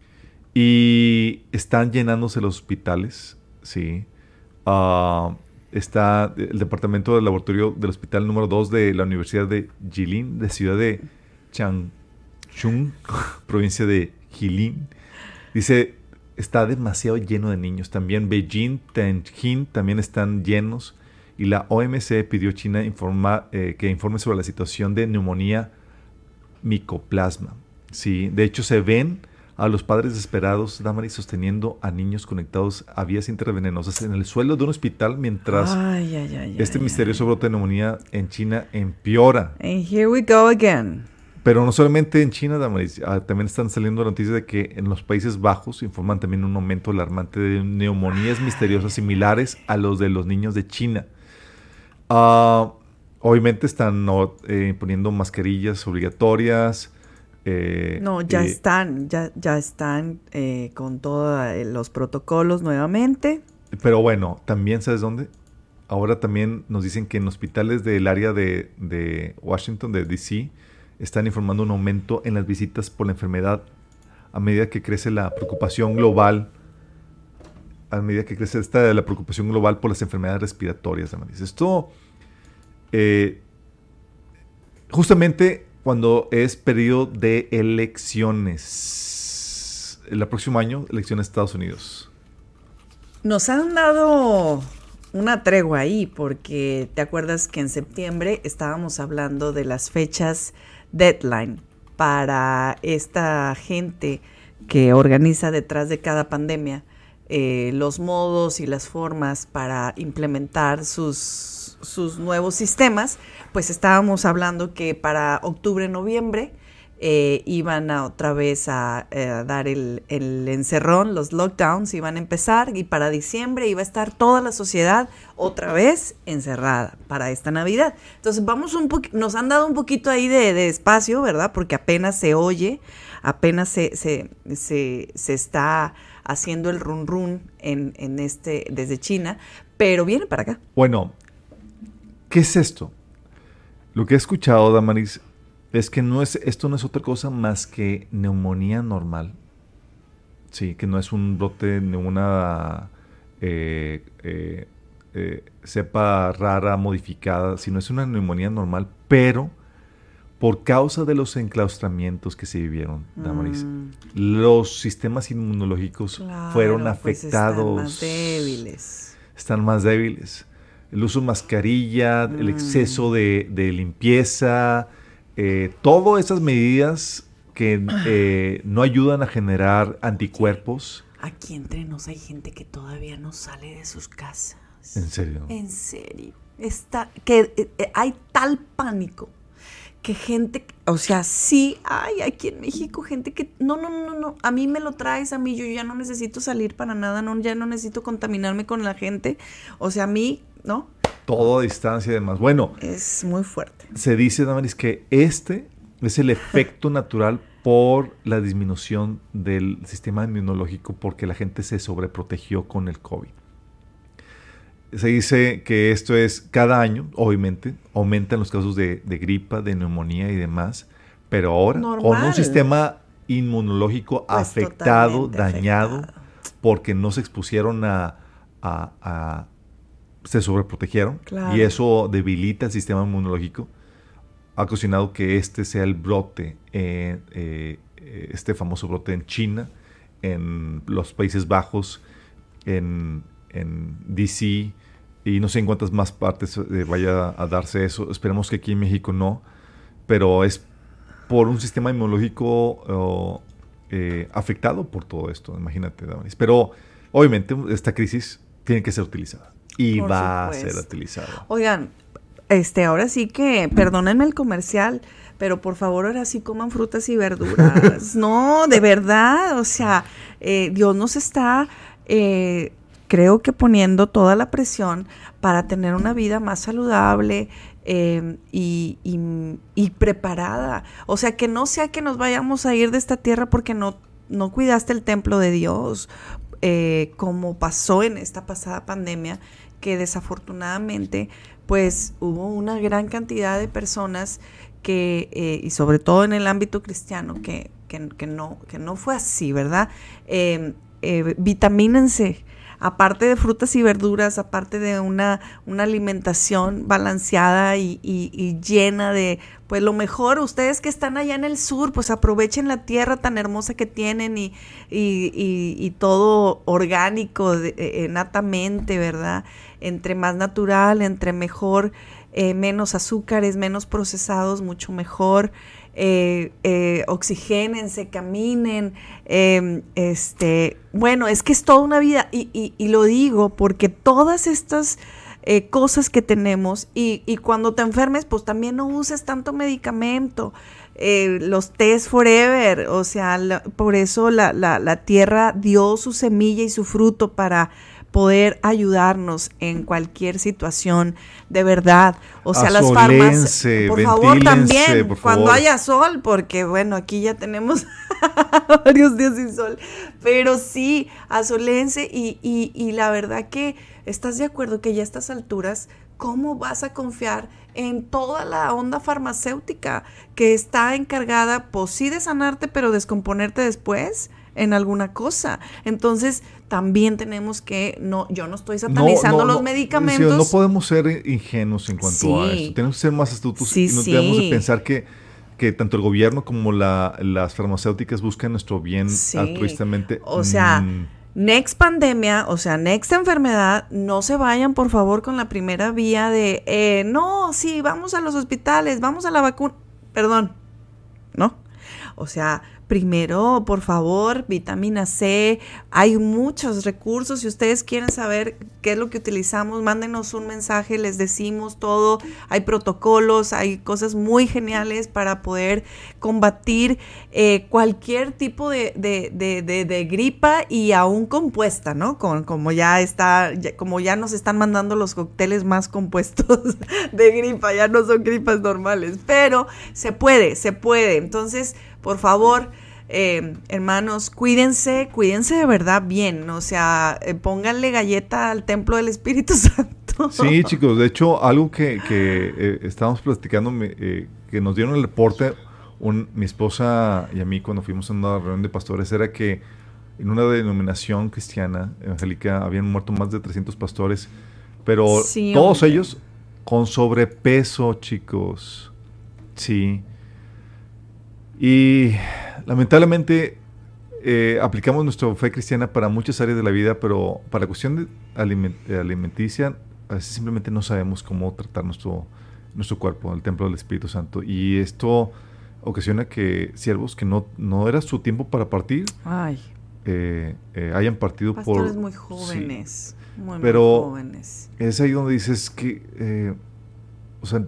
Y están llenándose los hospitales, sí. Ah, está el departamento del laboratorio del hospital número dos de la Universidad de Jilin, de ciudad de Changchun, provincia de Jilin. Dice, está demasiado lleno de niños. También Beijing, Tianjin también están llenos. Y la O M C pidió a China informa, eh, que informe sobre la situación de neumonía micoplasma. Sí, de hecho se ven a los padres desesperados, Damaris, sosteniendo a niños conectados a vías intravenenosas en el suelo de un hospital mientras Ay, ay, ay, este ay, misterioso brote de neumonía en China empeora. ay. And here we go again. Pero no solamente en China, Damaris, ah, también están saliendo noticias de que en los Países Bajos informan también un aumento alarmante de neumonías misteriosas similares a los de los niños de China. Ah, obviamente están no, eh, poniendo mascarillas obligatorias. eh, No, ya eh, están, ya, ya están eh, con todos los protocolos nuevamente. Pero bueno, también, ¿sabes dónde? Ahora también nos dicen que en hospitales del área de, de Washington, de D C, están informando un aumento en las visitas por la enfermedad a medida que crece la preocupación global, a medida que crece esta la preocupación global por las enfermedades respiratorias. Damaris. Esto, eh, justamente cuando es periodo de elecciones, el próximo año, elecciones de Estados Unidos. Nos han dado una tregua ahí porque te acuerdas que en septiembre estábamos hablando de las fechas deadline para esta gente que organiza detrás de cada pandemia eh, los modos y las formas para implementar sus, sus nuevos sistemas. Pues estábamos hablando que para octubre, noviembre eh, iban a otra vez a, eh, a dar el, el encerrón, los lockdowns iban a empezar, y para diciembre iba a estar toda la sociedad otra vez encerrada para esta Navidad. Entonces vamos un poqu- nos han dado un poquito ahí de, de espacio, ¿verdad? Porque apenas se oye, apenas se, se, se, se está haciendo el run run en, en este, desde China, pero viene para acá. Bueno, ¿qué es esto? Lo que he escuchado, Damaris, es que no es, esto no es otra cosa más que neumonía normal. Sí, que no es un brote de una eh, eh, eh, cepa rara modificada, sino es una neumonía normal, pero por causa de los enclaustramientos que se vivieron, Damaris, Mm. los sistemas inmunológicos Claro, fueron pues afectados. están más débiles. Están más débiles. El uso de mascarilla, el Mm. exceso de, de limpieza, eh, todas esas medidas que eh, no ayudan a generar anticuerpos. Aquí entre nos hay gente que todavía no sale de sus casas. En serio. En serio. Está, que eh, eh, hay tal pánico que gente, o sea, sí hay aquí en México gente que, no, no, no, no, a mí me lo traes, a mí yo ya no necesito salir para nada, no, ya no necesito contaminarme con la gente, o sea, a mí, ¿no? Todo a distancia y demás. Bueno, Es muy fuerte. se dice, Damaris, que este es el efecto natural por la disminución del sistema inmunológico porque la gente se sobreprotegió con el COVID. Se dice que esto es cada año, obviamente, aumentan los casos de, de gripa, de neumonía y demás, pero ahora Normal. con un sistema inmunológico Pues afectado, totalmente dañado, afectado. porque no se expusieron a, a- a- se sobreprotegieron, Claro. y eso debilita el sistema inmunológico, ha ocasionado que este sea el brote, eh, eh, eh, este famoso brote en China, en los Países Bajos, en, en D C y no sé en cuántas más partes eh, vaya a darse eso. Esperemos que aquí en México no, pero es por un sistema inmunológico oh, eh, afectado por todo esto, imagínate, Damaris. Pero obviamente esta crisis tiene que ser utilizada y Por va supuesto. a ser utilizada. Oigan, este, ahora sí que, perdónenme el comercial, pero por favor ahora sí coman frutas y verduras. No, de verdad, o sea, eh, Dios nos está, eh, creo que poniendo toda la presión para tener una vida más saludable eh, y, y, y preparada. O sea, que no sea que nos vayamos a ir de esta tierra porque no, no cuidaste el templo de Dios, eh, como pasó en esta pasada pandemia, que desafortunadamente pues hubo una gran cantidad de personas que, eh, y sobre todo en el ámbito cristiano, que, que, que, no, que no fue así, ¿verdad? Eh, eh, vitamínense, aparte de frutas y verduras, aparte de una, una alimentación balanceada y, y, y llena de, pues lo mejor, ustedes que están allá en el sur, pues aprovechen la tierra tan hermosa que tienen y, y, y, y todo orgánico, de, eh, natamente, ¿verdad? Entre más natural, entre mejor, eh, menos azúcares, menos procesados, mucho mejor. Eh, eh, oxigénense, caminen, eh, este, bueno, es que es toda una vida y, y, y lo digo porque todas estas eh, cosas que tenemos y, y cuando te enfermes, pues también no uses tanto medicamento, eh, los test forever, o sea, la, por eso la, la, la tierra dio su semilla y su fruto para poder ayudarnos en cualquier situación, de verdad. O sea, las farmacias, por favor, también, por cuando favor. haya sol, porque bueno, aquí ya tenemos varios días sin sol, pero sí, asoléense y, y, y la verdad que, ¿estás de acuerdo que ya a estas alturas, cómo vas a confiar en toda la onda farmacéutica que está encargada, pues sí de sanarte, pero descomponerte después en alguna cosa? Entonces también tenemos que, no, yo no estoy satanizando no, no, los no, medicamentos. No podemos ser ingenuos en cuanto sí. a eso. Tenemos que ser más astutos sí, y no sí. debemos de pensar que, que tanto el gobierno como la, las farmacéuticas buscan nuestro bien sí. altruistamente. O sea, mm. next pandemia, o sea, next enfermedad, no se vayan por favor con la primera vía de, eh, no, sí, vamos a los hospitales, vamos a la vacuna, perdón, ¿no? O sea, primero, por favor, vitamina C, hay muchos recursos, si ustedes quieren saber qué es lo que utilizamos, mándenos un mensaje, les decimos todo, hay protocolos, hay cosas muy geniales para poder combatir eh, cualquier tipo de, de, de, de, de gripa y aún compuesta, ¿no? Con, como ya está, ya, como ya nos están mandando los cócteles más compuestos de gripa, ya no son gripas normales, pero se puede, se puede, entonces, por favor, eh, hermanos, cuídense, cuídense de verdad bien, o sea, eh, pónganle galleta al templo del Espíritu Santo. Sí, chicos, de hecho, algo que, que eh, estábamos platicando, eh, que nos dieron el reporte, un, mi esposa y a mí cuando fuimos a una reunión de pastores, era que en una denominación cristiana evangélica habían muerto más de trescientos pastores, pero sí, todos hombre. ellos con sobrepeso, chicos, sí. Y lamentablemente eh, aplicamos nuestra fe cristiana para muchas áreas de la vida, pero para la cuestión de aliment alimenticia, a veces simplemente no sabemos cómo tratar nuestro, nuestro cuerpo, el templo del Espíritu Santo. Y esto ocasiona que siervos que no, no era su tiempo para partir, Ay. Eh, eh, hayan partido Pastores por... muy jóvenes, sí. muy, Pero muy jóvenes. Es ahí donde dices que, eh, o sea...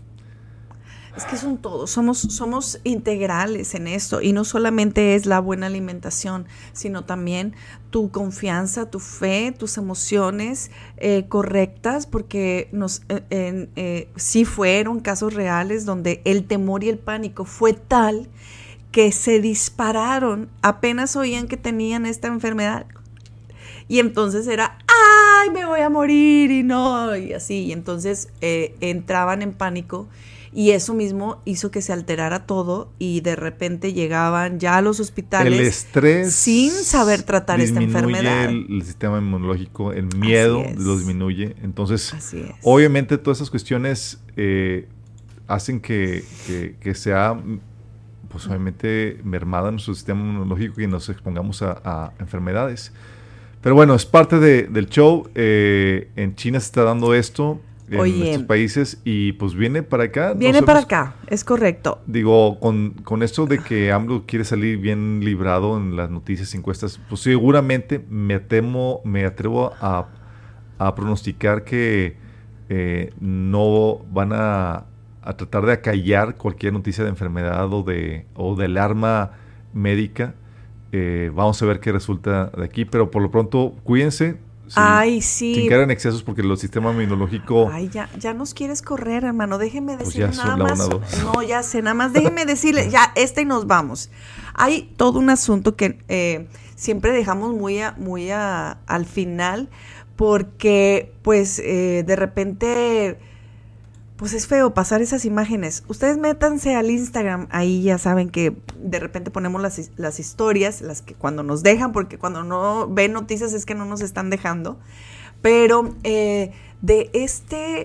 Es que es un todo, somos, somos integrales en esto y no solamente es la buena alimentación, sino también tu confianza, tu fe, tus emociones eh, correctas, porque nos, eh, eh, eh, sí fueron casos reales donde el temor y el pánico fue tal que se dispararon, apenas oían que tenían esta enfermedad y entonces era, ¡ay, me voy a morir! Y no, y así, y entonces eh, entraban en pánico. Y eso mismo hizo que se alterara todo y de repente llegaban ya a los hospitales el estrés sin saber tratar esta enfermedad. El, el sistema inmunológico, el miedo lo disminuye. Entonces, obviamente todas esas cuestiones eh, hacen que, que, que sea, pues obviamente, mermada nuestro sistema inmunológico y nos expongamos a, a enfermedades. Pero bueno, es parte de, del show. Eh, en China se está dando esto. En Oye, nuestros países y pues viene para acá. Viene no para acá, es correcto. Digo, con, con esto de que AMLO quiere salir bien librado en las noticias, encuestas, pues seguramente me temo, me atrevo a, a pronosticar que eh, no van a, a tratar de acallar cualquier noticia de enfermedad o de, o de alarma médica. Eh, vamos a ver qué resulta de aquí, pero por lo pronto, cuídense. Sí, Ay, sí. Sin caer en excesos porque el sistema inmunológico... Ay, ya, ya nos quieres correr, hermano. Déjeme decirle pues nada la más. Una, no, ya sé, nada más déjeme decirle, ya, esta y nos vamos. Hay todo un asunto que eh, siempre dejamos muy, a, muy a, al final porque, pues, eh, de repente... Pues es feo pasar esas imágenes. Ustedes métanse al Instagram, ahí ya saben que de repente ponemos las, las historias, las que cuando nos dejan, porque cuando no ven noticias es que no nos están dejando. Pero eh, de este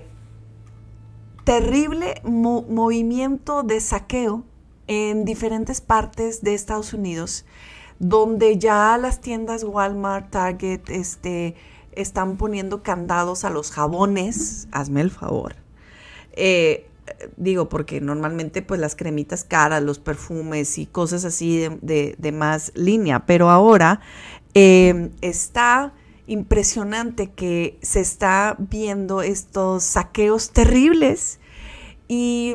terrible mo- movimiento de saqueo en diferentes partes de Estados Unidos, donde ya las tiendas Walmart, Target, este, están poniendo candados a los jabones, hazme el favor. Eh, digo, porque normalmente pues las cremitas caras, los perfumes y cosas así de, de, de más línea, pero ahora eh, está impresionante que se está viendo estos saqueos terribles y,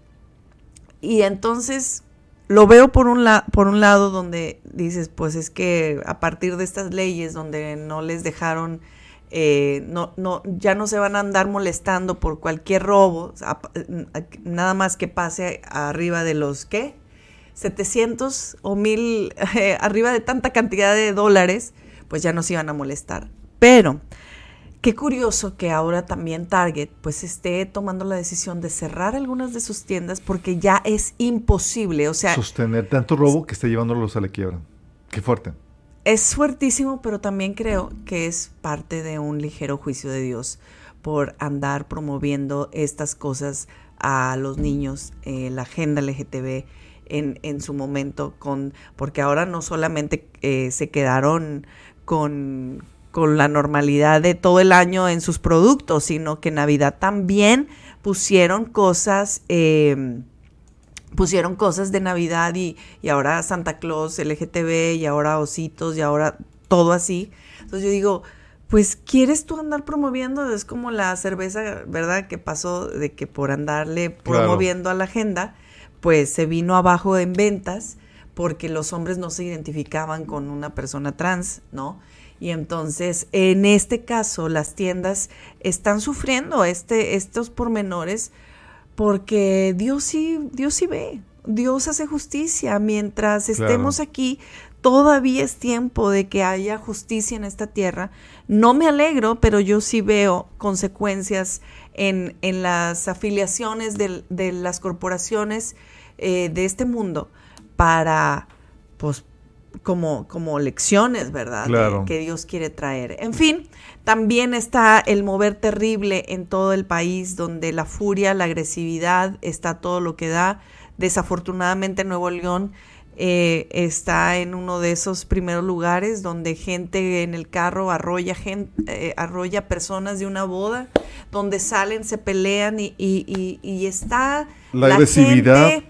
y entonces lo veo por un, la, por un lado donde dices, pues es que a partir de estas leyes donde no les dejaron Eh, no, no, ya no se van a andar molestando por cualquier robo, a, a, nada más que pase arriba de los, ¿qué? setecientos o mil, eh, arriba de tanta cantidad de dólares, pues ya no se iban a molestar. Pero, qué curioso que ahora también Target, pues esté tomando la decisión de cerrar algunas de sus tiendas porque ya es imposible, o sea... sostener tanto robo que está llevándolos a la quiebra. Qué fuerte. Es fuertísimo, pero también creo que es parte de un ligero juicio de Dios por andar promoviendo estas cosas a los niños, eh, la agenda L G T B en, en su momento, con porque ahora no solamente eh, se quedaron con, con la normalidad de todo el año en sus productos, sino que en Navidad también pusieron cosas... Eh, pusieron cosas de Navidad y, y ahora Santa Claus, L G T B y ahora ositos y ahora todo así. Entonces yo digo, pues ¿quieres tú andar promoviendo? Es como la cerveza, ¿verdad? Que pasó de que por andarle promoviendo claro. a la agenda, pues se vino abajo en ventas porque los hombres no se identificaban con una persona trans, ¿no? Y entonces, en este caso, las tiendas están sufriendo este, estos pormenores porque Dios sí, Dios sí ve, Dios hace justicia. Mientras claro. estemos aquí, todavía es tiempo de que haya justicia en esta tierra. No me alegro, pero yo sí veo consecuencias en, en las afiliaciones de, de las corporaciones eh, de este mundo para, pues, como, como lecciones, ¿verdad? Claro. De, que Dios quiere traer. En fin, también está el mover terrible en todo el país, donde la furia, la agresividad está todo lo que da Desafortunadamente Nuevo León eh, está en uno de esos primeros lugares donde gente en el carro arrolla, gente, eh, arrolla personas de una boda, donde salen, se pelean y, y, y, y está la, la agresividad gente,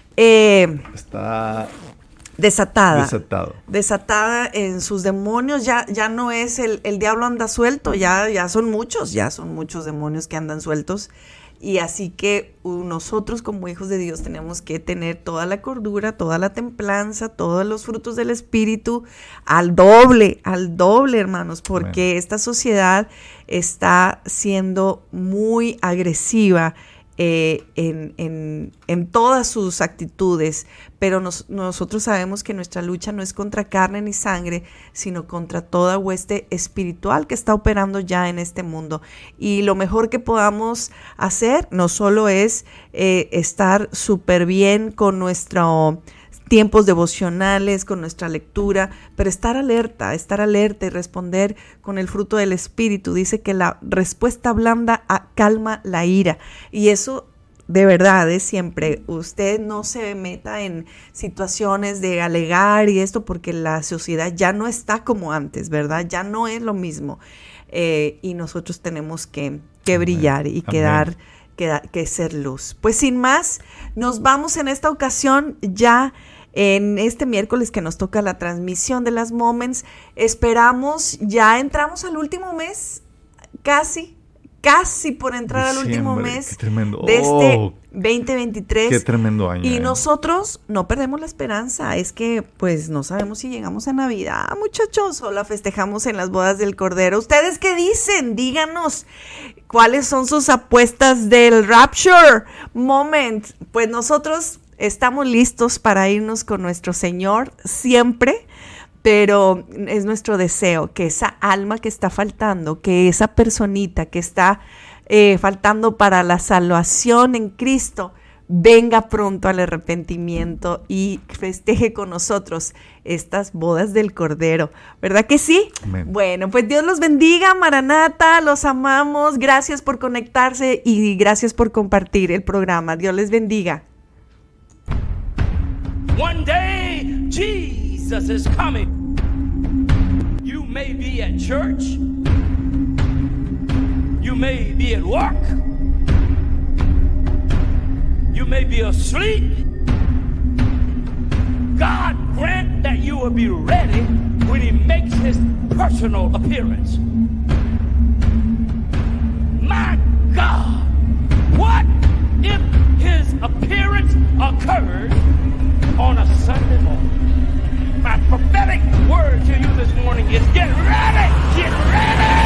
eh, está desatada, desatado. desatada en sus demonios. Ya, ya no es el, el diablo anda suelto, ya, ya son muchos, ya son muchos demonios que andan sueltos. Y así que uh, nosotros como hijos de Dios tenemos que tener toda la cordura, toda la templanza, todos los frutos del Espíritu al doble, al doble, hermanos, porque Amén. Esta sociedad está siendo muy agresiva eh, en, en, en todas sus actitudes, pero nos, nosotros sabemos que nuestra lucha no es contra carne ni sangre, sino contra toda hueste espiritual que está operando ya en este mundo. Y lo mejor que podamos hacer no solo es eh, estar súper bien con nuestro tiempos devocionales, con nuestra lectura, pero estar alerta, estar alerta y responder con el fruto del Espíritu. Dice que la respuesta blanda calma la ira, y eso de verdad es siempre. Usted no se meta en situaciones de alegar y esto, porque la sociedad ya no está como antes, ¿verdad? Ya no es lo mismo, eh, y nosotros tenemos que, que brillar y quedar, que, que ser luz. Pues sin más, nos vamos en esta ocasión ya. En este miércoles que nos toca la transmisión de las Moments, esperamos, ya entramos al último mes, casi, casi por entrar Diciembre, al último mes de este oh, veinte veintitrés. Qué tremendo año. Y eh. nosotros no perdemos la esperanza, es que pues no sabemos si llegamos a Navidad, muchachos, o la festejamos en las bodas del Cordero. ¿Ustedes qué dicen? Díganos, ¿cuáles son sus apuestas del Rapture Moment? Pues nosotros estamos listos para irnos con nuestro Señor siempre, pero es nuestro deseo que esa alma que está faltando, que esa personita que está eh, faltando para la salvación en Cristo, venga pronto al arrepentimiento y festeje con nosotros estas bodas del Cordero. ¿Verdad que sí? Amén. Bueno, pues Dios los bendiga, Maranata, los amamos. Gracias por conectarse y gracias por compartir el programa. Dios les bendiga. One day, Jesus is coming. You may be at church. You may be at work. You may be asleep. God grant that you will be ready when He makes His personal appearance. My God, what if His appearance occurs on a Sunday morning? My prophetic word to you this morning is get ready, get ready.